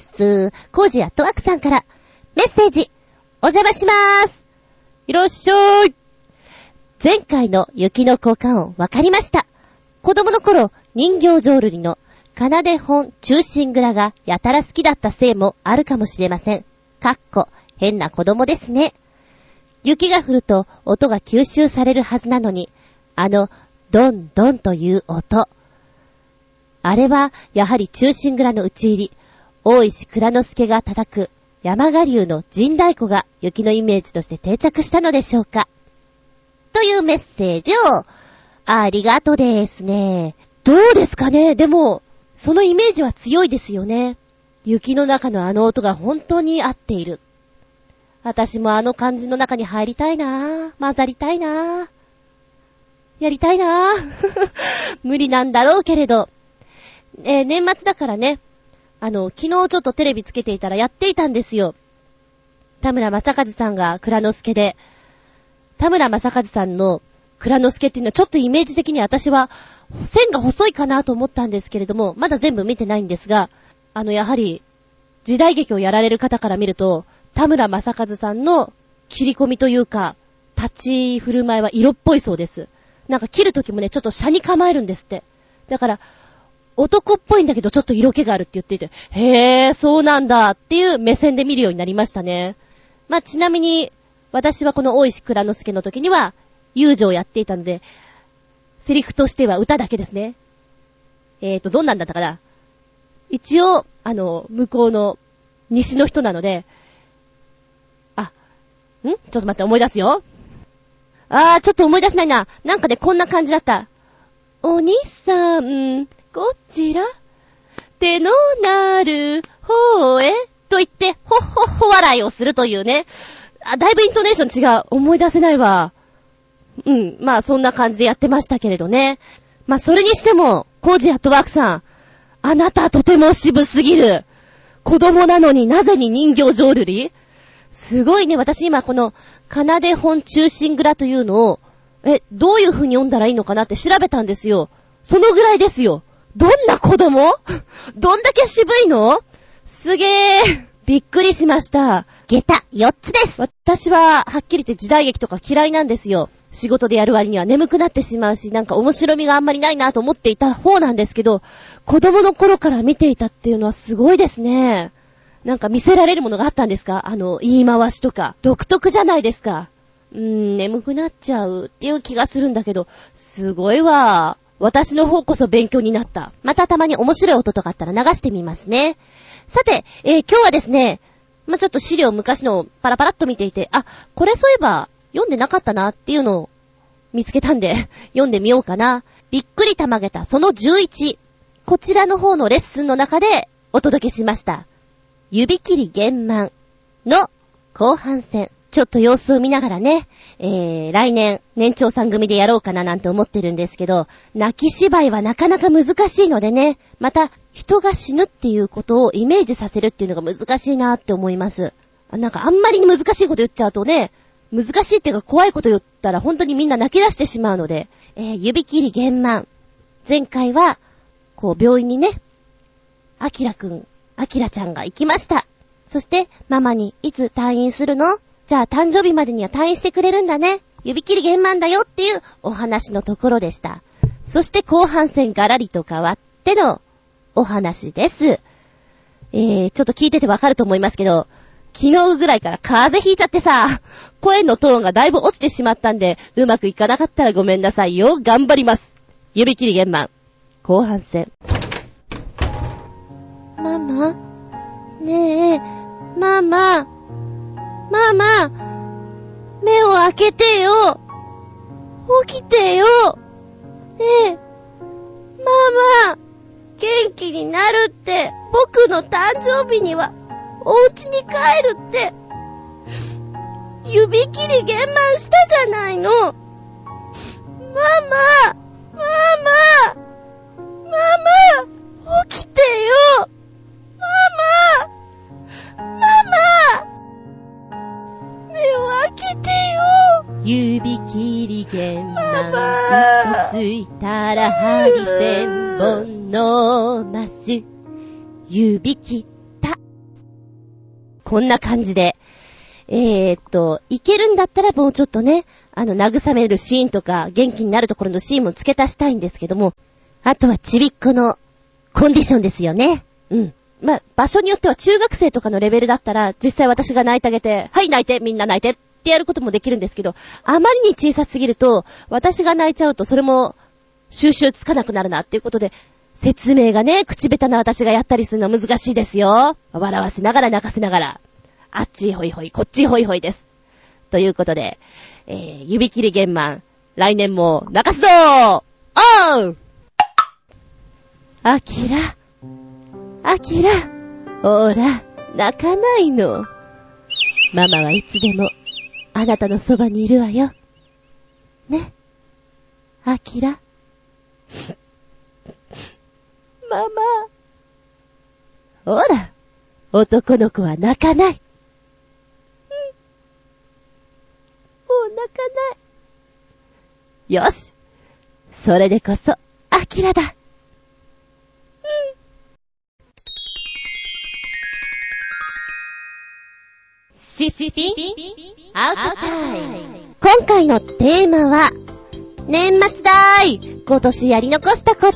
コージアットワークさんから、メッセージ、お邪魔しまーす。いらっしゃい。前回の雪の効果音わかりました。子供の頃、人形浄瑠璃の奏で本忠臣蔵がやたら好きだったせいもあるかもしれません。変な子供ですね。雪が降ると音が吸収されるはずなのに、ドンドンという音。あれはやはり忠臣蔵の討ち入り、大石内蔵助が叩く山我流の陣太鼓が雪のイメージとして定着したのでしょうか。というメッセージを、ありがとうですね。どうですかね。でも、そのイメージは強いですよね。雪の中のあの音が本当に合っている。私もあの感じの中に入りたいなぁ。混ざりたいなぁ。やりたいなぁ。無理なんだろうけれど。年末だからね、昨日ちょっとテレビつけていたらやっていたんですよ。田村正和さんが蔵之介で、田村正和さんの蔵之介っていうのはちょっとイメージ的に私は線が細いかなと思ったんですけれども、まだ全部見てないんですが、やはり時代劇をやられる方から見ると、田村正和さんの切り込みというか、立ち振る舞いは色っぽいそうです。なんか切るときもね、ちょっと車に構えるんですって。だから、男っぽいんだけどちょっと色気があるって言っていて、へー、そうなんだっていう目線で見るようになりましたね。まあ、ちなみに、私はこの大石内蔵助の時には、遊女をやっていたので、セリフとしては歌だけですね。どんなんだったかな。一応、向こうの西の人なので、ちょっと待って、思い出すよ。ちょっと思い出せないな。なんかね、こんな感じだった。お兄さん、こちら手のなる方へと言って、ほっほっほ笑いをするというね。だいぶイントネーション違う。思い出せないわ。まあそんな感じでやってましたけれどね。まあそれにしても、コージアットワークさん、あなたとても渋すぎる。子供なのになぜに人形浄瑠璃？すごいね。私今この奏で本忠臣蔵というのをどういう風に読んだらいいのかなって調べたんですよ。そのぐらいですよ。どんな子供？どんだけ渋いの？すげー。びっくりしました。下駄4つです。私ははっきり言って時代劇とか嫌いなんですよ。仕事でやる割には眠くなってしまうし、なんか面白みがあんまりないなと思っていた方なんですけど、子供の頃から見ていたっていうのはすごいですね。なんか見せられるものがあったんですか？言い回しとか。独特じゃないですか。眠くなっちゃうっていう気がするんだけど、すごいわ。私の方こそ勉強になった。またたまに面白い音とかあったら流してみますね。さて、今日はですね、ちょっと資料昔のをパラパラっと見ていて、これそういえば読んでなかったなっていうのを見つけたんで、読んでみようかな。びっくりたまげたその11。こちらの方のレッスンの中でお届けしました。指切り玄満の後半戦。ちょっと様子を見ながらね、来年年長さん組でやろうかななんて思ってるんですけど、泣き芝居はなかなか難しいのでね、また人が死ぬっていうことをイメージさせるっていうのが難しいなって思います。なんかあんまりに難しいこと言っちゃうとね、難しいっていうか怖いこと言ったら本当にみんな泣き出してしまうので、指切り玄満。前回は、病院にね、アキラちゃんが行きました。そして、ママに、いつ退院するの？じゃあ誕生日までには退院してくれるんだね。指切り玄満だよっていうお話のところでした。そして後半戦ガラリと変わってのお話です。ちょっと聞いててわかると思いますけど、昨日ぐらいから風邪ひいちゃってさ、声のトーンがだいぶ落ちてしまったんで、うまくいかなかったらごめんなさいよ。頑張ります。指切り玄満。後半戦。ママ？ねえ、ママ、目を開けてよ。起きてよ。 ママ、元気になるって、僕の誕生日にはお家に帰るって、指切り玄満したじゃないの。ママ、起きてよ。ママ、目を開けてよ。指切り玄満、嘘ついたら針千本のマス、指切った。こんな感じで、いけるんだったらもうちょっとね、慰めるシーンとか元気になるところのシーンも付け足したいんですけども、あとはちびっこのコンディションですよね。まあ、場所によっては中学生とかのレベルだったら、実際私が泣いてあげて、はい泣いて、みんな泣いてってやることもできるんですけど、あまりに小さすぎると、私が泣いちゃうとそれも収集つかなくなるなっていうことで、説明がね、口下手な私がやったりするのは難しいですよ。笑わせながら泣かせながら。あっちホイホイ、こっちホイホイです。ということで、指切り玄満、来年も泣かすぞー。おう！アキラ、ほら、泣かないの。ママはいつでもあなたのそばにいるわよ。ね、アキラ。ママ。ほら、男の子は泣かない。もう泣かない。よし。それでこそ、アキラだ。シフィアウトタイム。今回のテーマは、年末だーい。今年やり残したこと。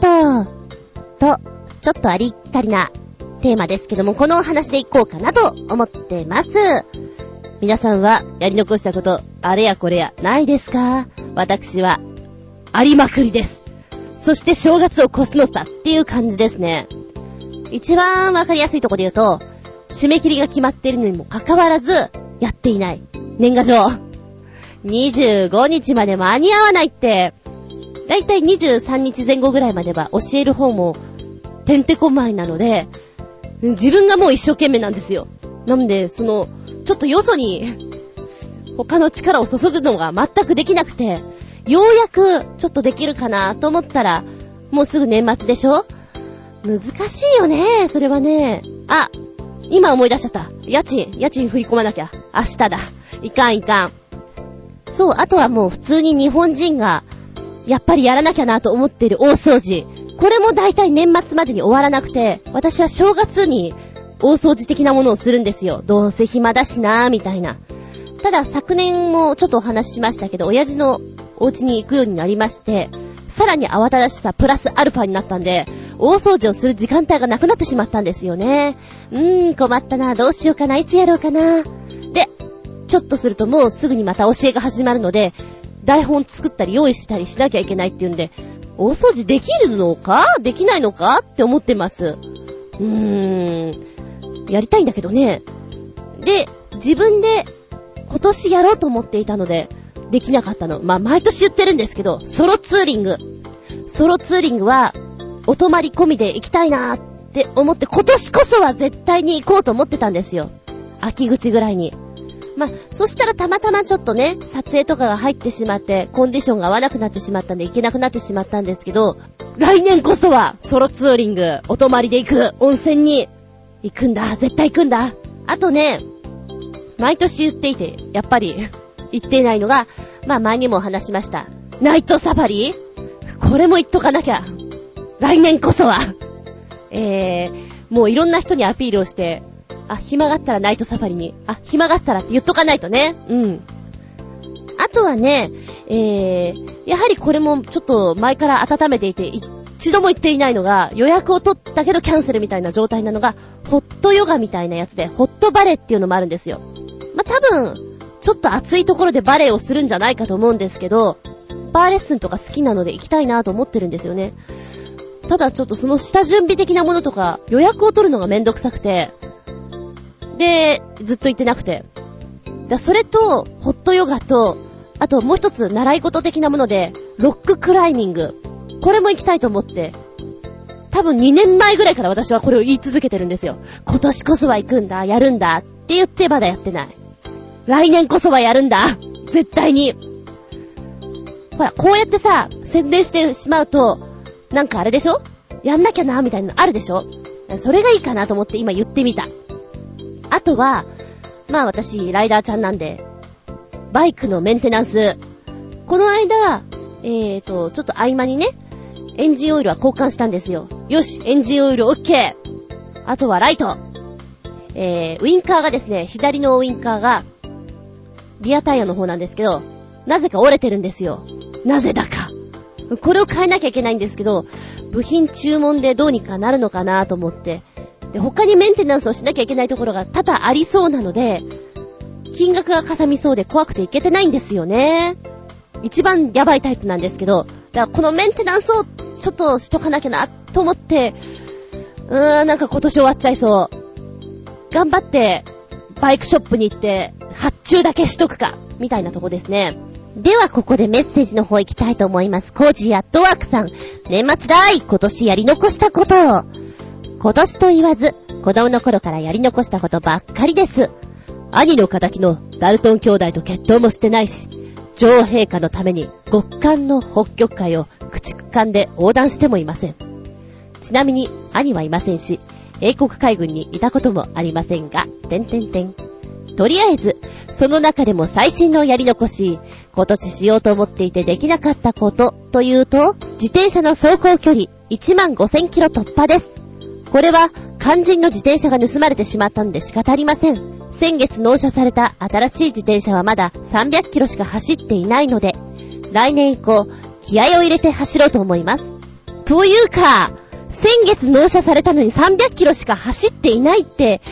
と、ちょっとありきたりなテーマですけども、このお話でいこうかなと思ってます。皆さんはやり残したこと、あれやこれやないですか？私は、ありまくりです。そして正月を越すのさっていう感じですね。一番わかりやすいところで言うと、締め切りが決まっているのにもかかわらず、やっていない。年賀状。25日まで間に合わないって、だいたい23日前後ぐらいまでは教える方も、てんてこまいなので、自分がもう一生懸命なんですよ。なので、ちょっとよそに、他の力を注ぐのが全くできなくて、ようやくちょっとできるかなと思ったら、もうすぐ年末でしょ？難しいよね、それはね。あ、今思い出しちゃった。家賃振り込まなきゃ。明日だ。いかん。そう、あとはもう普通に日本人が、やっぱりやらなきゃなと思っている大掃除。これも大体年末までに終わらなくて、私は正月に大掃除的なものをするんですよ。どうせ暇だしなーみたいな。ただ昨年もちょっとお話ししましたけど、親父のお家に行くようになりまして、さらに慌ただしさプラスアルファになったんで、大掃除をする時間帯がなくなってしまったんですよね。困ったな、どうしようかな、いつやろうかな。で、ちょっとするともうすぐにまた教えが始まるので、台本作ったり用意したりしなきゃいけないっていうんで、大掃除できるのかできないのかって思ってます。やりたいんだけどね。で、自分で今年やろうと思っていたので、できなかったの。まあ、毎年言ってるんですけど、ソロツーリングは、お泊まり込みで行きたいなーって思って、今年こそは絶対に行こうと思ってたんですよ。秋口ぐらいに。まあ、そしたらたまたまちょっとね、撮影とかが入ってしまって、コンディションが合わなくなってしまったんで、行けなくなってしまったんですけど、来年こそは、ソロツーリング、お泊まりで行く、温泉に行くんだ、絶対行くんだ。あとね、毎年言っていて、やっぱり、言っていないのが、まあ前にも話しました。ナイトサファリ？これも言っとかなきゃ。来年こそは。もういろんな人にアピールをして、暇があったらナイトサファリに、暇があったらって言っとかないとね。あとはね、やはりこれもちょっと前から温めていて、一度も言っていないのが、予約を取ったけどキャンセルみたいな状態なのが、ホットヨガみたいなやつで、ホットバレーっていうのもあるんですよ。まあ、多分、ちょっと暑いところでバレエをするんじゃないかと思うんですけど、バーレッスンとか好きなので行きたいなと思ってるんですよね。ただちょっとその下準備的なものとか予約を取るのがめんどくさくて、で、ずっと行ってなくて。それと、ホットヨガと、あともう一つ習い事的なもので、ロッククライミング。 これも行きたいと思って、多分2年前ぐらいから私はこれを言い続けてるんですよ。今年こそは行くんだ、やるんだって言ってまだやってない。来年こそはやるんだ、絶対に。ほら、こうやってさ、宣伝してしまうと、なんかあれでしょ？やんなきゃな、みたいなのあるでしょ？それがいいかなと思って今言ってみた。あとは、まあ私、ライダーちゃんなんで、バイクのメンテナンス。この間、ちょっと合間にね、エンジンオイルは交換したんですよ。よし、エンジンオイル OK。あとはライト。ウインカーがですね、左のウインカーが、リアタイヤの方なんですけど、なぜか折れてるんですよ。なぜだか。これを変えなきゃいけないんですけど、部品注文でどうにかなるのかなと思って。で、他にメンテナンスをしなきゃいけないところが多々ありそうなので、金額がかさみそうで怖くていけてないんですよね。一番やばいタイプなんですけど、だからこのメンテナンスをちょっとしとかなきゃなと思って、なんか今年終わっちゃいそう。頑張ってバイクショップに行って発注だけしとくかみたいなとこですね。ではここでメッセージの方行きたいと思います。コージーアットワークさん、年末だい、今年やり残したこと。今年と言わず子供の頃からやり残したことばっかりです。兄の仇のダルトン兄弟と決闘もしてないし、女王陛下のために極寒の北極海を駆逐艦で横断してもいません。ちなみに兄はいませんし、英国海軍にいたこともありませんが、とりあえずその中でも最新のやり残し、今年しようと思っていてできなかったことというと、自転車の走行距離15,000キロ突破です。これは肝心の自転車が盗まれてしまったので仕方ありません。先月納車された新しい自転車はまだ300キロしか走っていないので、来年以降気合を入れて走ろうと思います。というか、先月納車されたのに300キロしか走っていないって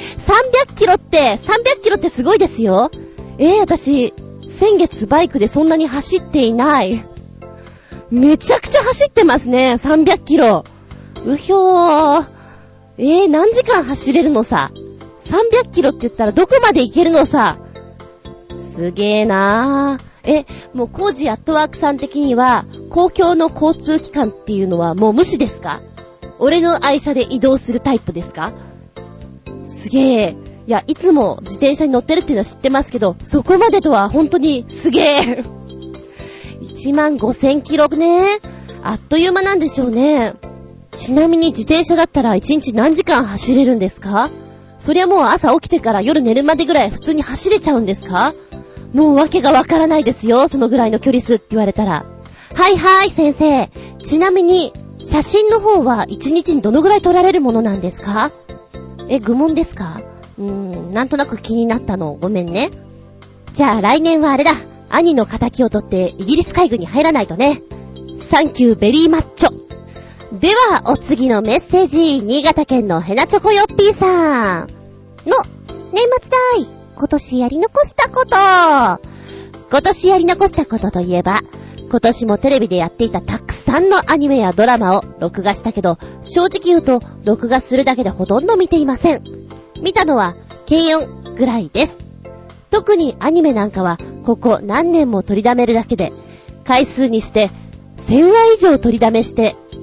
、300キロってすごいですよ。私先月バイクでそんなに走っていない。めちゃくちゃ走ってますね、300キロ。うひょー。何時間走れるのさ。300キロって言ったらどこまで行けるのさ。すげーなー。もうコージアットワークさん的には公共の交通機関っていうのはもう無視ですか？俺の愛車で移動するタイプですか？すげー。いや、いつも自転車に乗ってるっていうのは知ってますけど、そこまでとは本当にすげー。15,000キロね。あっという間なんでしょうね。ちなみに自転車だったら1日何時間走れるんですか？そりゃもう朝起きてから夜寝るまでぐらい普通に走れちゃうんですか？もうわけがわからないですよ、そのぐらいの距離数って言われたら。はいはい先生、ちなみに写真の方は1日にどのぐらい撮られるものなんですか？愚問ですか？なんとなく気になったの、ごめんね。じゃあ来年はあれだ、兄の仇を取ってイギリス海軍に入らないとね。サンキューベリーマッチョ。ではお次のメッセージ、新潟県のヘナチョコヨッピーさんの年末だい、今年やり残したこと。今年やり残したことといえば、今年もテレビでやっていたたくさんのアニメやドラマを録画したけど、正直言うと録画するだけでほとんど見ていません。見たのは軽音ぐらいです。特にアニメなんかはここ何年も取りだめるだけで、回数にして1000話以上取りだめして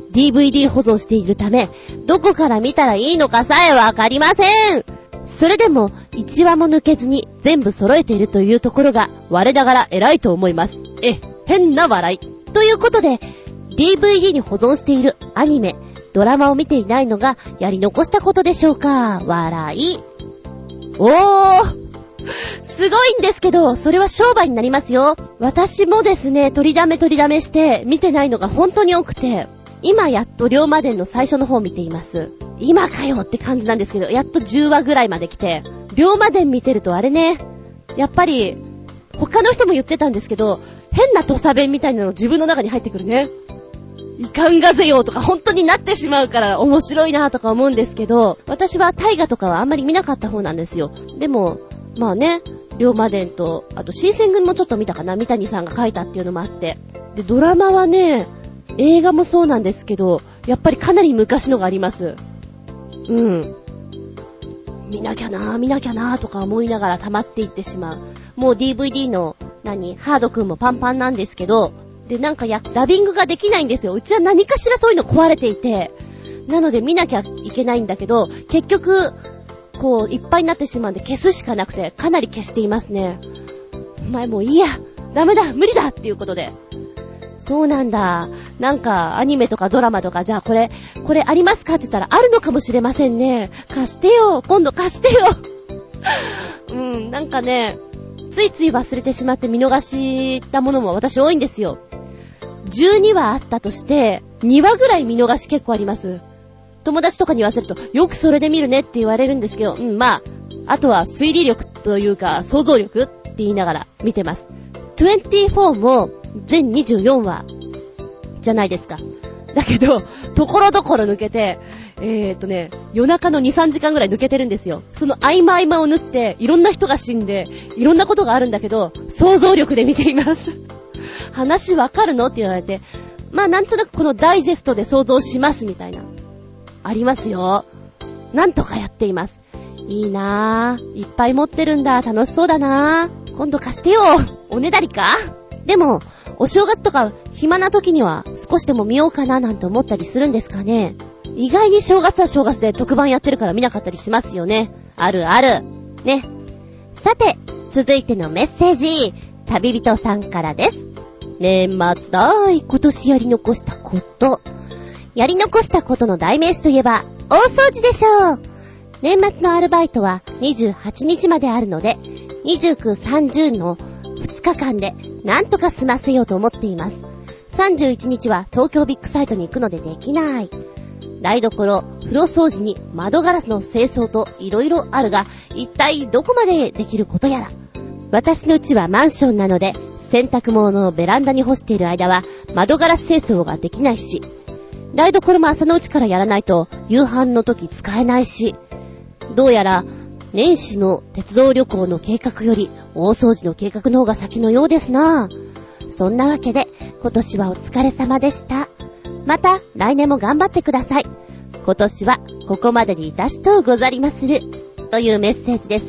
DVD 保存しているため、どこから見たらいいのかさえわかりません。それでも1話も抜けずに全部揃えているというところが我ながら偉いと思います。変な笑い。ということで DVD に保存しているアニメ、ドラマを見ていないのがやり残したことでしょうか。笑い。すごいんですけど、それは商売になりますよ。私もですね、取りだめして見てないのが本当に多くて、今やっと龍馬伝の最初の方見ています。今かよって感じなんですけど、やっと10話ぐらいまで来て、龍馬伝見てるとあれね、やっぱり他の人も言ってたんですけど、変な土佐弁みたいなの自分の中に入ってくるね。いかんがぜよとか本当になってしまうから面白いなとか思うんですけど、私は大河とかはあんまり見なかった方なんですよ。でもまあね、龍馬伝とあと新選組もちょっと見たかな、三谷さんが書いたっていうのもあって、でドラマはね、映画もそうなんですけど、やっぱりかなり昔のがあります。見なきゃなとか思いながら溜まっていってしまう。もう DVD のハードくんもパンパンなんですけど、 で、なんかダビングができないんですよ。うちは何かしらそういうの壊れていて。なので見なきゃいけないんだけど、結局、こう、いっぱいになってしまうんで消すしかなくて、かなり消していますね。お前もういいや、ダメだ、無理だっていうことで。そうなんだ。なんか、アニメとかドラマとか、じゃあこれありますかって言ったら、あるのかもしれませんね。貸してよ、今度貸してよ。なんかね、ついつい忘れてしまって見逃したものも私多いんですよ。12話あったとして、2話ぐらい見逃し結構あります。友達とかに言わせると、よくそれで見るねって言われるんですけど、まあ、あとは推理力というか、想像力って言いながら見てます。24も全24話じゃないですか。だけど、ところどころ抜けて、夜中の 2,3 時間ぐらい抜けてるんですよ。その合間を縫って、いろんな人が死んで、いろんなことがあるんだけど、想像力で見ています。話わかるのって言われて、まあなんとなくこのダイジェストで想像しますみたいな。ありますよ。なんとかやっています。いいなぁ。いっぱい持ってるんだ。楽しそうだなぁ。今度貸してよ。おねだりか？でも、お正月とか暇な時には少しでも見ようかななんて思ったりするんですかね。意外に正月は正月で特番やってるから見なかったりしますよね。あるある。ね。さて、続いてのメッセージ。旅人さんからです。年末だい。今年やり残したこと。やり残したことの代名詞といえば、大掃除でしょう。年末のアルバイトは28日まであるので、29、30の2日間でなんとか済ませようと思っています。31日は東京ビッグサイトに行くのでできない。台所、風呂掃除に窓ガラスの清掃といろいろあるが、一体どこまでできることやら。私の家はマンションなので、洗濯物をベランダに干している間は窓ガラス清掃ができないし、台所も朝のうちからやらないと夕飯の時使えないし、どうやら年始の鉄道旅行の計画より大掃除の計画の方が先のようですな。そんなわけで今年はお疲れ様でした。また来年も頑張ってください。今年はここまでにいたしとうござりまする。というメッセージです。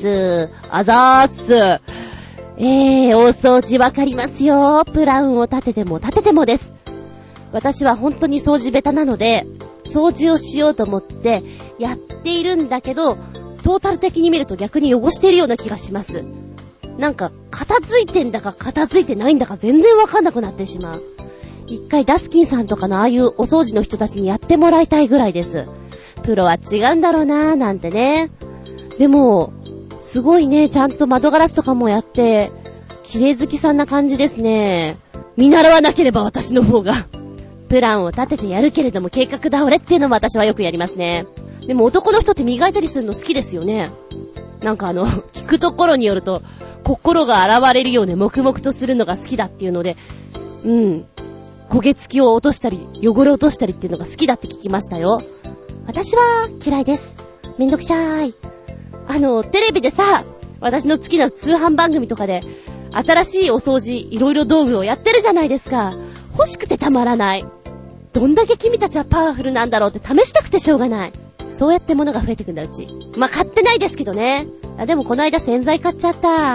あざーす。大掃除わかりますよ。プランを立ててもです。私は本当に掃除下手なので、掃除をしようと思ってやっているんだけど、トータル的に見ると逆に汚しているような気がします。なんか片付いてんだか片付いてないんだか全然わかんなくなってしまう。一回ダスキンさんとかのああいうお掃除の人たちにやってもらいたいぐらいです。プロは違うんだろうなーなんてね。でもすごいね、ちゃんと窓ガラスとかもやって綺麗好きさんな感じですね。見習わなければ私の方が。プランを立ててやるけれども計画倒れっていうのも私はよくやりますね。でも男の人って磨いたりするの好きですよね。なんか聞くところによると心が現れるように黙々とするのが好きだっていうので、焦げ付きを落としたり汚れ落としたりっていうのが好きだって聞きましたよ。私は嫌いです。めんどくしゃーい。テレビでさ、私の好きな通販番組とかで新しいお掃除いろいろ道具をやってるじゃないですか。欲しくてたまらない。どんだけ君たちはパワフルなんだろうって試したくてしょうがない。そうやって物が増えてくんだうち。まあ、買ってないですけどね。でもこの間洗剤買っちゃった。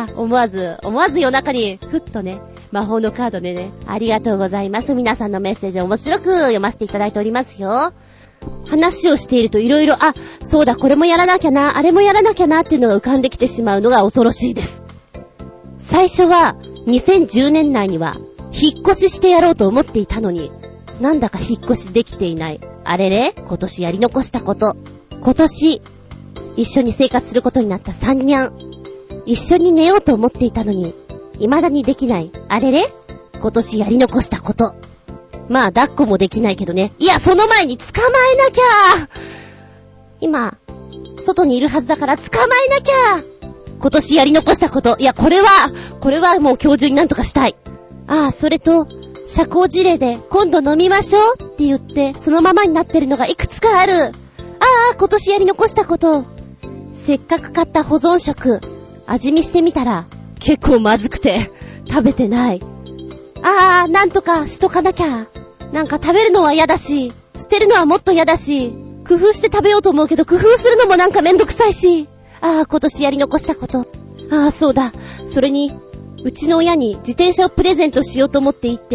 思わず夜中にふっとね、魔法のカードでね。ありがとうございます。皆さんのメッセージ面白く読ませていただいておりますよ。話をしているといろいろ、そうだ、これもやらなきゃな、あれもやらなきゃなっていうのが浮かんできてしまうのが恐ろしいです。最初は2010年内には引っ越ししてやろうと思っていたのに、なんだか引っ越しできていない。あれれ、今年やり残したこと。今年一緒に生活することになった3にゃん。一緒に寝ようと思っていたのに未だにできない。あれれ、今年やり残したこと。まあ抱っこもできないけどね。いや、その前に捕まえなきゃ。今外にいるはずだから捕まえなきゃ。今年やり残したこと。いや、これはもう今日中になんとかしたい。それと社交辞令で今度飲みましょうって言ってそのままになってるのがいくつかある。今年やり残したこと。せっかく買った保存食味見してみたら結構まずくて食べてない。なんとかしとかなきゃ。なんか食べるのは嫌だし、捨てるのはもっと嫌だし、工夫して食べようと思うけど工夫するのもなんかめんどくさいし。今年やり残したこと。そうだ。それにうちの親に自転車をプレゼントしようと思って行って、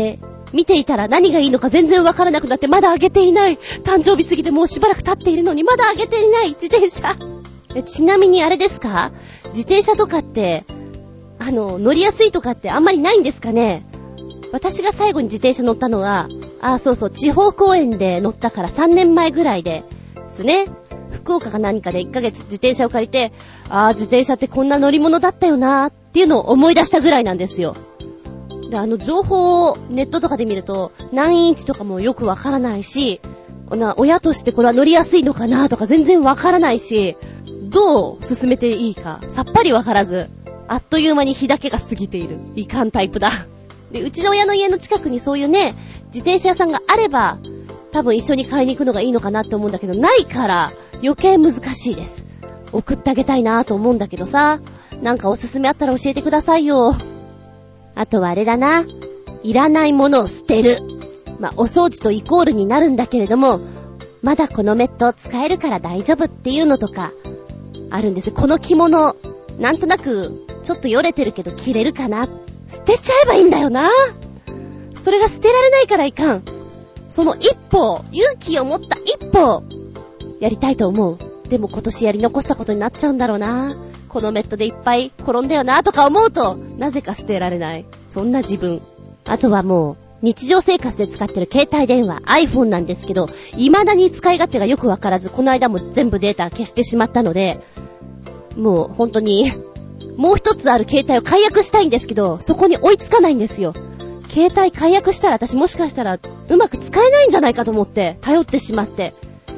見ていたら何がいいのか全然わからなくなってまだあげていない。誕生日過ぎてもうしばらく経っているのにまだあげていない自転車。ちなみにあれですか？自転車とかって、乗りやすいとかってあんまりないんですかね？私が最後に自転車乗ったのは、そうそう、地方公園で乗ったから3年前ぐらいですね。福岡か何かで1ヶ月自転車を借りて、自転車ってこんな乗り物だったよなーっていうのを思い出したぐらいなんですよ。で、情報をネットとかで見ると、何インチとかもよくわからないし、親としてこれは乗りやすいのかなとか全然わからないし、どう進めていいかさっぱりわからず、あっという間に日だけが過ぎている。いかんタイプだ。で、うちの親の家の近くにそういうね、自転車屋さんがあれば、多分一緒に買いに行くのがいいのかなって思うんだけど、ないから余計難しいです。送ってあげたいなと思うんだけどさ、なんかおすすめあったら教えてくださいよ。あとはあれだな、いらないものを捨てる。お掃除とイコールになるんだけれども、まだこのメット使えるから大丈夫っていうのとかあるんです。この着物なんとなくちょっとよれてるけど着れるかな、捨てちゃえばいいんだよな。それが捨てられないからいかん。その一歩、勇気を持った一歩やりたいと思う。でも今年やり残したことになっちゃうんだろうな。このメットでいっぱい転んだよなとか思うと、なぜか捨てられない。そんな自分。あとはもう日常生活で使ってる携帯電話 iPhone なんですけど、未だに使い勝手がよくわからず、この間も全部データ消してしまったので、もう本当にもう一つある携帯を解約したいんですけど、そこに追いつかないんですよ。携帯解約したら私もしかしたらうまく使えないんじゃないかと思って頼ってしまって、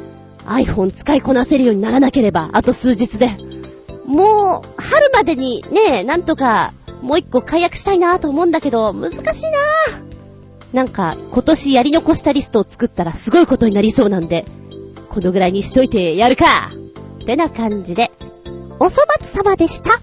iPhone 使いこなせるようにならなければあと数日で、もう春までにね、なんとかもう一個解約したいなと思うんだけど難しいな。なんか今年やり残したリストを作ったらすごいことになりそうなんで、このぐらいにしといてやるかってな感じで、おそ松様でした。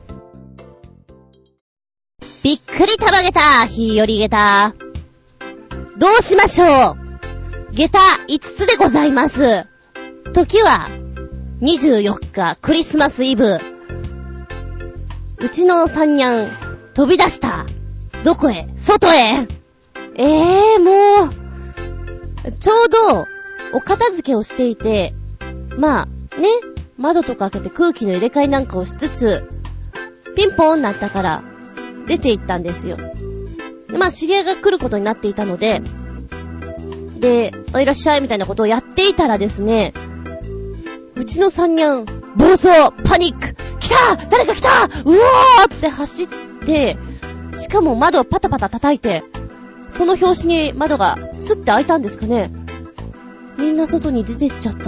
びっくりたまげた日和げた。どうしましょう。げた5つでございます。時は24日クリスマスイブ。うちの三にゃん飛び出した。どこへ？外へ。もうちょうどお片付けをしていて、窓とか開けて空気の入れ替えなんかをしつつ、ピンポーンなったから出て行ったんですよ。知り合いが来ることになっていたので、いらっしゃいみたいなことをやっていたらですね、うちの三にゃん暴走、パニック、来た、誰か来た、うおーって走って、しかも窓をパタパタ叩いて、その拍子に窓がスッて開いたんですかね。みんな外に出てっちゃった。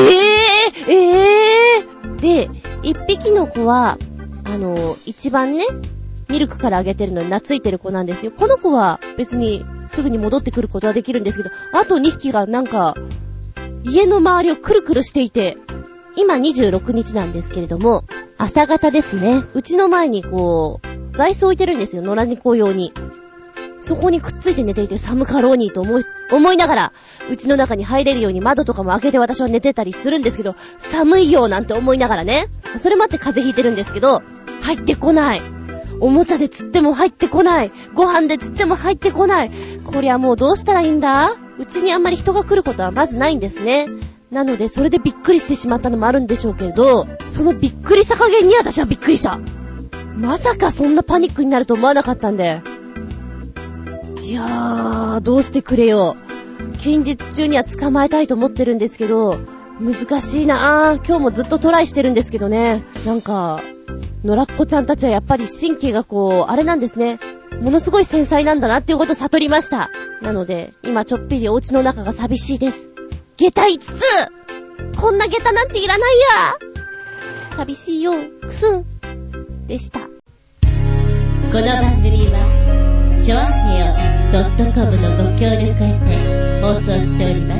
で、一匹の子は一番ね、ミルクからあげてるのに懐いてる子なんですよ。この子は別にすぐに戻ってくることはできるんですけど、あと2匹がなんか家の周りをくるくるしていて、今26日なんですけれども、朝方ですね。うちの前にこう座椅子置いてるんですよ、野良猫用に。そこにくっついて寝ていて、寒かろうにと思いながら、うちの中に入れるように窓とかも開けて私は寝てたりするんですけど、寒いよなんて思いながらね、それもあって風邪ひいてるんですけど、入ってこない。おもちゃで釣っても入ってこない。ご飯で釣っても入ってこない。こりゃもうどうしたらいいんだ？うちにあんまり人が来ることはまずないんですね。なのでそれでびっくりしてしまったのもあるんでしょうけれど、そのびっくりさ加減に私はびっくりした。まさかそんなパニックになると思わなかったんで、いやー、どうしてくれよ。近日中には捕まえたいと思ってるんですけど、難しいなー。今日もずっとトライしてるんですけどね。なんか野良っ子ちゃんたちはやっぱり神経があれなんですね。ものすごい繊細なんだなっていうことを悟りました。なので今ちょっぴりお家の中が寂しいです。下駄5つ、こんな下駄なんていらないや。寂しいよ、くすんでした。この番組はちょあへよ .com のご協力へて放送しております。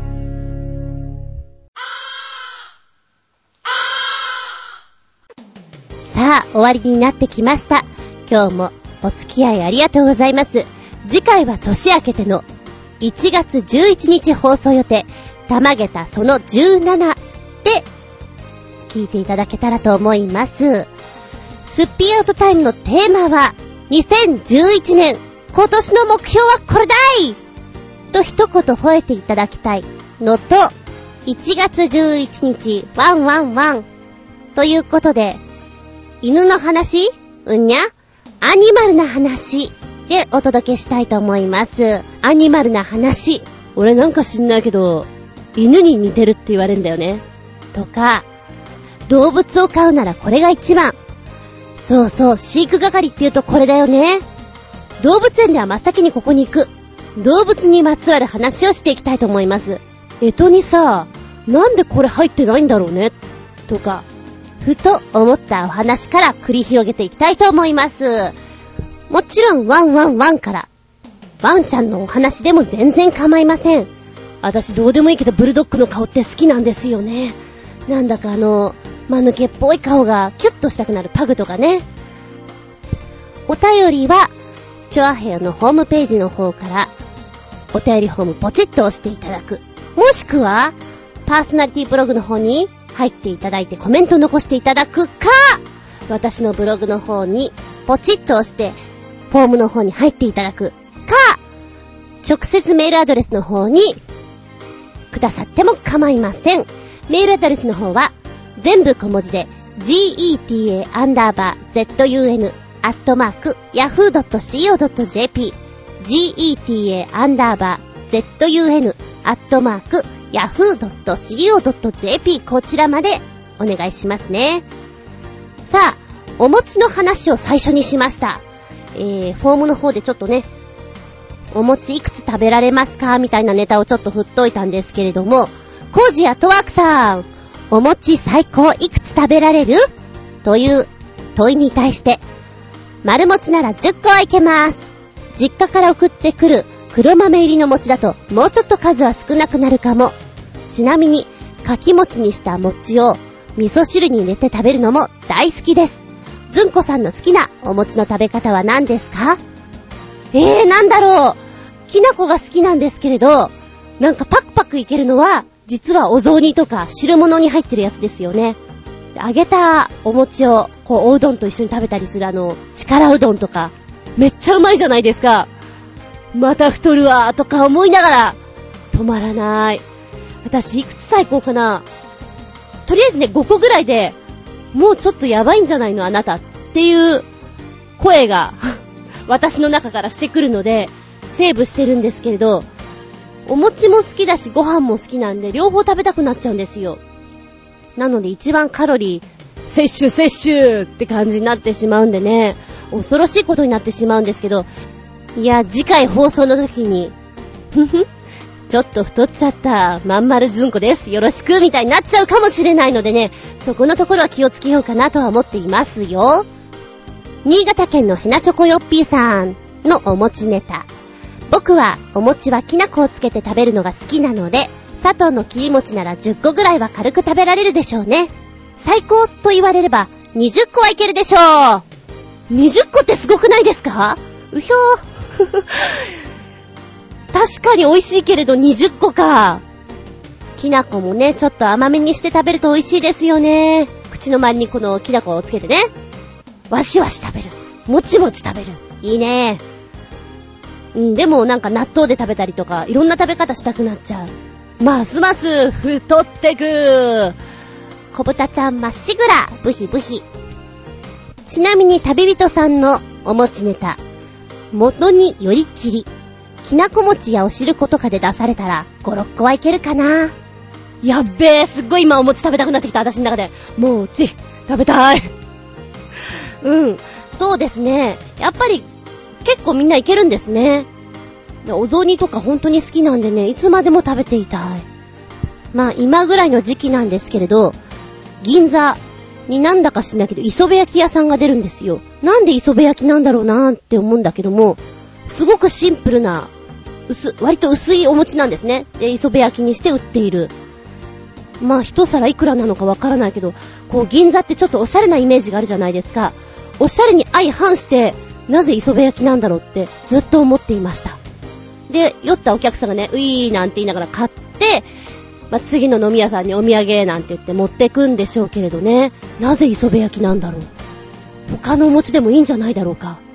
さあ、終わりになってきました。今日もお付き合いありがとうございます。次回は年明けての1月11日放送予定、たまげたその17で聞いていただけたらと思います。スッピーアウトタイムのテーマは2011年今年の目標はこれだいと一言吠えていただきたいのと、1月11日ワンワンワンということで、犬の話うんにゃアニマルな話でお届けしたいと思います。アニマルな話。俺なんか知んないけど犬に似てるって言われるんだよねとか、動物を飼うならこれが一番。そうそう、飼育係って言うとこれだよね。動物園では真っ先にここに行く。動物にまつわる話をしていきたいと思います。干支にさ、なんでこれ入ってないんだろうねとか、ふと思ったお話から繰り広げていきたいと思います。もちろんワンワンワンから、ワンちゃんのお話でも全然構いません。私どうでもいいけどブルドッグの顔って好きなんですよね。なんだか間抜けっぽい顔がキュッとしたくなるパグとかね。お便りはチョアヘヨのホームページの方からお便りフォームポチッと押していただく、もしくはパーソナリティブログの方に入っていただいてコメント残していただくか、私のブログの方にポチッと押してフォームの方に入っていただくか、直接メールアドレスの方にくださっても構いません。メールアドレスの方は全部小文字で geta_zun@yahoo.co.jp geta_zun@yahoo.co.jp こちらまでお願いしますね。さあ、お餅の話を最初にしました。フォームの方でちょっとね、お餅いくつ食べられますかみたいなネタをちょっと振っといたんですけれども、コージアトワークさん、お餅最高いくつ食べられるという問いに対して、丸餅なら10個はいけます。実家から送ってくる黒豆入りの餅だともうちょっと数は少なくなるかも。ちなみにかき餅にした餅を味噌汁に入れて食べるのも大好きです。ずんこさんの好きなお餅の食べ方は何ですか？なんだろう。きな粉が好きなんですけれど、なんかパクパクいけるのは実はお雑煮とか汁物に入ってるやつですよね。揚げたお餅をこうおうどんと一緒に食べたりする力うどんとかめっちゃうまいじゃないですか。また太るわとか思いながら止まらない。私いくつ最高かな。とりあえずね5個ぐらいでもうちょっとやばいんじゃないのあなたっていう声が私の中からしてくるのでセーブしてるんですけれど、お餅も好きだしご飯も好きなんで両方食べたくなっちゃうんですよ。なので一番カロリー摂取って感じになってしまうんでね、恐ろしいことになってしまうんですけど、いや次回放送の時にちょっと太っちゃったまんまるずんこですよろしくみたいになっちゃうかもしれないのでね、そこのところは気をつけようかなとは思っていますよ。新潟県のヘナチョコヨッピーさんのお餅ネタ。僕はお餅はきな粉をつけて食べるのが好きなので、砂糖の切り餅なら10個ぐらいは軽く食べられるでしょうね。最高と言われれば20個はいけるでしょう。20個ってすごくないですか？うひょー確かに美味しいけれど20個か。きな粉もねちょっと甘めにして食べると美味しいですよね。口の周りにこのきな粉をつけてね、わしわし食べる、もちもち食べる、いいね。でもなんか納豆で食べたりとかいろんな食べ方したくなっちゃう。ますます太ってく。小豚ちゃんまっしぐら、ブヒブヒ。ちなみに旅人さんのお餅ネタ、元によりきり、きなこ餅やお汁粉とかで出されたら 5,6 個はいけるかな。やっべー、すっごい今お餅食べたくなってきた。私の中でもう食べたいそうですね、やっぱり結構みんないけるんですね。お雑煮とか本当に好きなんでね、いつまでも食べていたい。まあ今ぐらいの時期なんですけれど、銀座になんだか知んないけど磯辺焼き屋さんが出るんですよ。なんで磯辺焼きなんだろうなーって思うんだけども、すごくシンプルな割と薄いお餅なんですね。で磯辺焼きにして売っている。まあ一皿いくらなのかわからないけど、こう銀座ってちょっとおしゃれなイメージがあるじゃないですか。おしゃれに相反してなぜ磯辺焼きなんだろうってずっと思っていました。で酔ったお客さんがね、ういーなんて言いながら買って、次の飲み屋さんにお土産なんて言って持ってくんでしょうけれどね、なぜ磯辺焼きなんだろう。他のお餅でもいいんじゃないだろうか。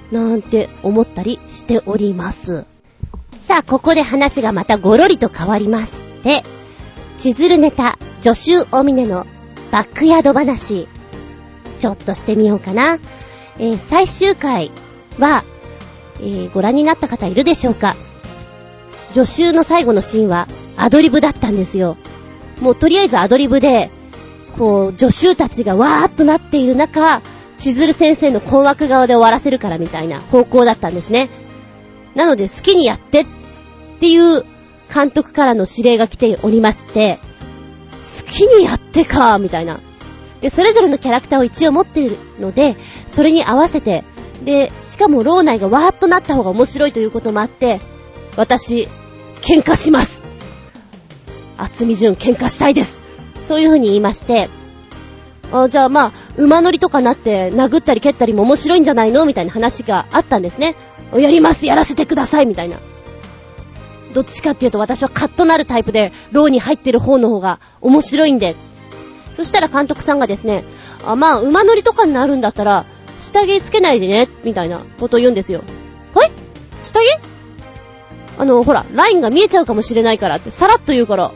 なんて思ったりしております。さあ、ここで話がまたごろりと変わりまして、千鶴ネタ、助手お峰のバックヤード話、ちょっとしてみようかな。最終回は、ご覧になった方いるでしょうか。助手の最後のシーンはアドリブだったんですよ。もうとりあえずアドリブで、こう、助手たちがわーっとなっている中、千鶴先生の困惑顔で終わらせるからみたいな方向だったんですね。なので好きにやってっていう監督からの指令が来ておりまして、好きにやってかみたいな。で、それぞれのキャラクターを一応持っているので、それに合わせて、で、しかも牢内がわーっとなった方が面白いということもあって、私、喧嘩します。渥美純喧嘩したいです。そういう風に言いまして、じゃあまあ、馬乗りとかなって殴ったり蹴ったりも面白いんじゃないのみたいな話があったんですね。やります、やらせてくださいみたいな。どっちかっていうと私はカッとなるタイプで、牢に入ってる方の方が面白いんで。そしたら監督さんがですね、まあ、馬乗りとかになるんだったら、下着つけないでね、みたいなことを言うんですよ。はい？下着？ほら、ラインが見えちゃうかもしれないからって、さらっと言うから、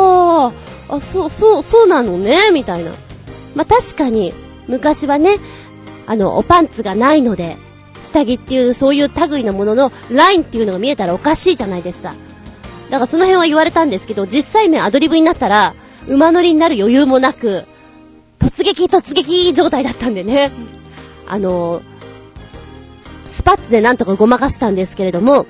そうなのね、みたいな。まあ、確かに、昔はね、おパンツがないので、下着っていう、そういう類のものの、ラインっていうのが見えたらおかしいじゃないですか。だからその辺は言われたんですけど、実際面アドリブになったら、馬乗りになる余裕もなく、突撃状態だったんでね。スパッツでなんとかごまかしたんですけれども、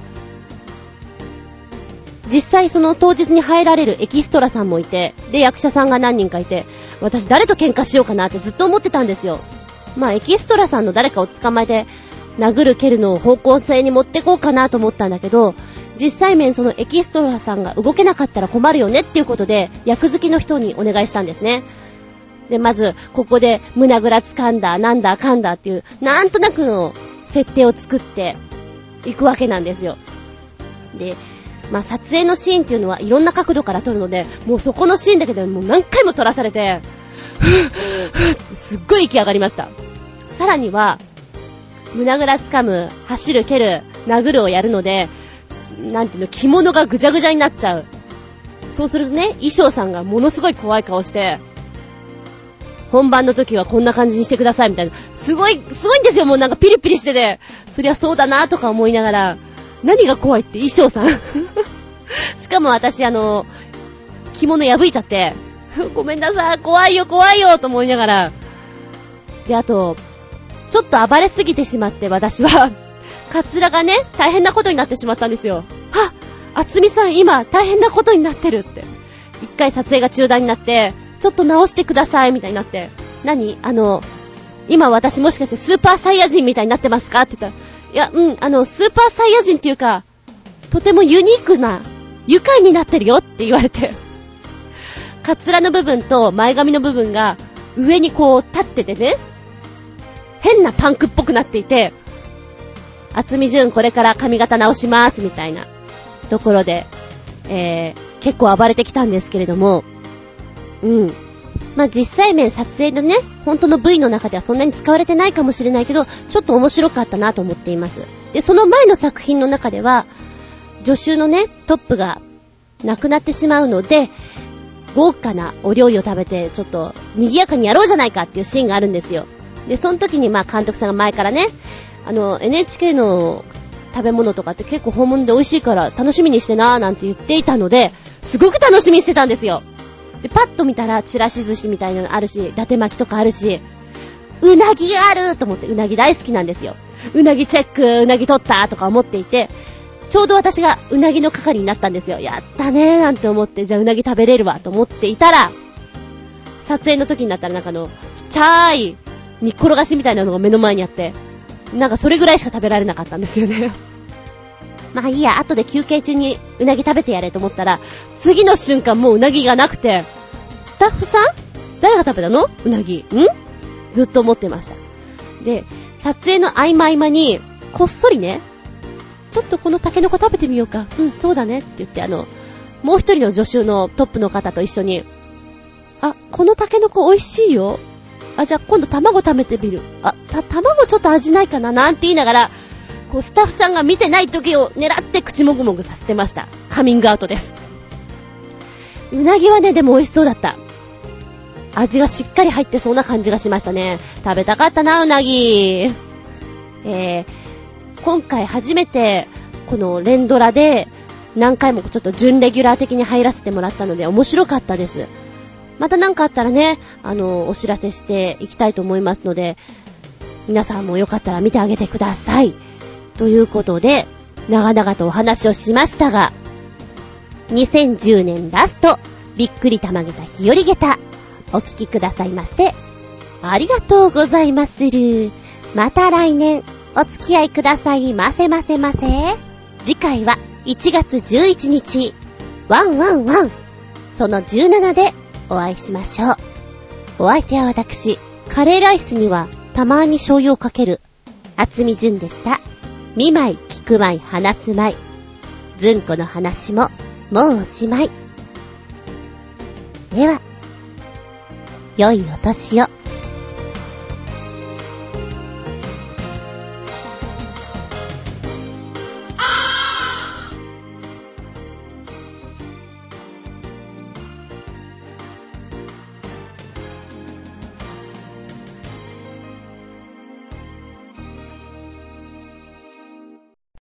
実際その当日に入られるエキストラさんもいて、で役者さんが何人かいて、私誰と喧嘩しようかなってずっと思ってたんですよ。まあエキストラさんの誰かを捕まえて殴る蹴るのを方向性に持ってこうかなと思ったんだけど、実際面そのエキストラさんが動けなかったら困るよねっていうことで役付きの人にお願いしたんですね。でまずここで胸ぐらつかんだなんだかんだっていうなんとなくの設定を作っていくわけなんですよ。でまあ撮影のシーンっていうのはいろんな角度から撮るので、もうそこのシーンだけでもう何回も撮らされてすっごい息上がりました。さらには胸ぐらつかむ、走る、蹴る、殴るをやるので、なんていうの、着物がぐちゃぐちゃになっちゃう。そうするとね、衣装さんがものすごい怖い顔して、本番の時はこんな感じにしてくださいみたいな。すごいんですよ。もうなんかピリピリしてて、そりゃそうだなとか思いながら、何が怖いって衣装さんしかも私着物破いちゃってごめんなさい、怖いよと思いながら、であとちょっと暴れすぎてしまって、私はカツラがね大変なことになってしまったんですよ。渥美さん今大変なことになってるって。一回撮影が中断になって、ちょっと直してくださいみたいになって、何今私もしかしてスーパーサイヤ人みたいになってますかって言ったら、いや、スーパーサイヤ人っていうか、とてもユニークな、愉快になってるよって言われて。カツラの部分と前髪の部分が上にこう立っててね、変なパンクっぽくなっていて、渥美純これから髪型直しますみたいなところで、結構暴れてきたんですけれども、まあ、実際面撮影のね、本当の V の中ではそんなに使われてないかもしれないけど、ちょっと面白かったなと思っています。で、その前の作品の中では、助手のね、トップが亡くなってしまうので、豪華なお料理を食べて、ちょっと賑やかにやろうじゃないかっていうシーンがあるんですよ。で、その時にまあ監督さんが前からね、NHK の食べ物とかって結構本物で美味しいから楽しみにしてなーなんて言っていたので、すごく楽しみにしてたんですよ。でパッと見たらちらし寿司みたいなのあるし、伊達巻きとかあるし、うなぎがあると思って、うなぎ大好きなんですよ。うなぎチェック、うなぎ取ったとか思っていて、ちょうど私がうなぎの係になったんですよ。やったねーなんて思って、じゃあうなぎ食べれるわと思っていたら、撮影の時になったらなんかちっちゃい煮っころがしみたいなのが目の前にあって、なんかそれぐらいしか食べられなかったんですよね。まあいいや、後で休憩中にうなぎ食べてやれと思ったら、次の瞬間もううなぎがなくて、スタッフさん誰が食べたのうなぎずっと思ってました。で、撮影の合間にこっそりね、ちょっとこのタケノコ食べてみようか、そうだねって言って、もう一人の助手のトップの方と一緒に、このタケノコ美味しいよ、じゃあ今度卵食べてみる、卵ちょっと味ないかななんて言いながらこうスタッフさんが見てない時を狙って口もぐもぐさせてました。カミングアウトです。うなぎはね、でも美味しそうだった。味がしっかり入ってそうな感じがしましたね。食べたかったな、うなぎ。今回初めてこの連ドラで何回もちょっと準レギュラー的に入らせてもらったので面白かったです。また何かあったらね、お知らせしていきたいと思いますので、皆さんもよかったら見てあげてください。ということで、長々とお話をしましたが、2010年ラスト、びっくりたまげた日和げた、お聞きくださいまして、ありがとうございまする。また来年、お付き合いくださいませませませ。次回は1月11日、ワンワンワン、その17でお会いしましょう。お相手は私、カレーライスにはたまに醤油をかける、厚み純でした。見舞い、聞く舞い、話す舞い。ずんこの話も、もうおしまい。では、良いお年を。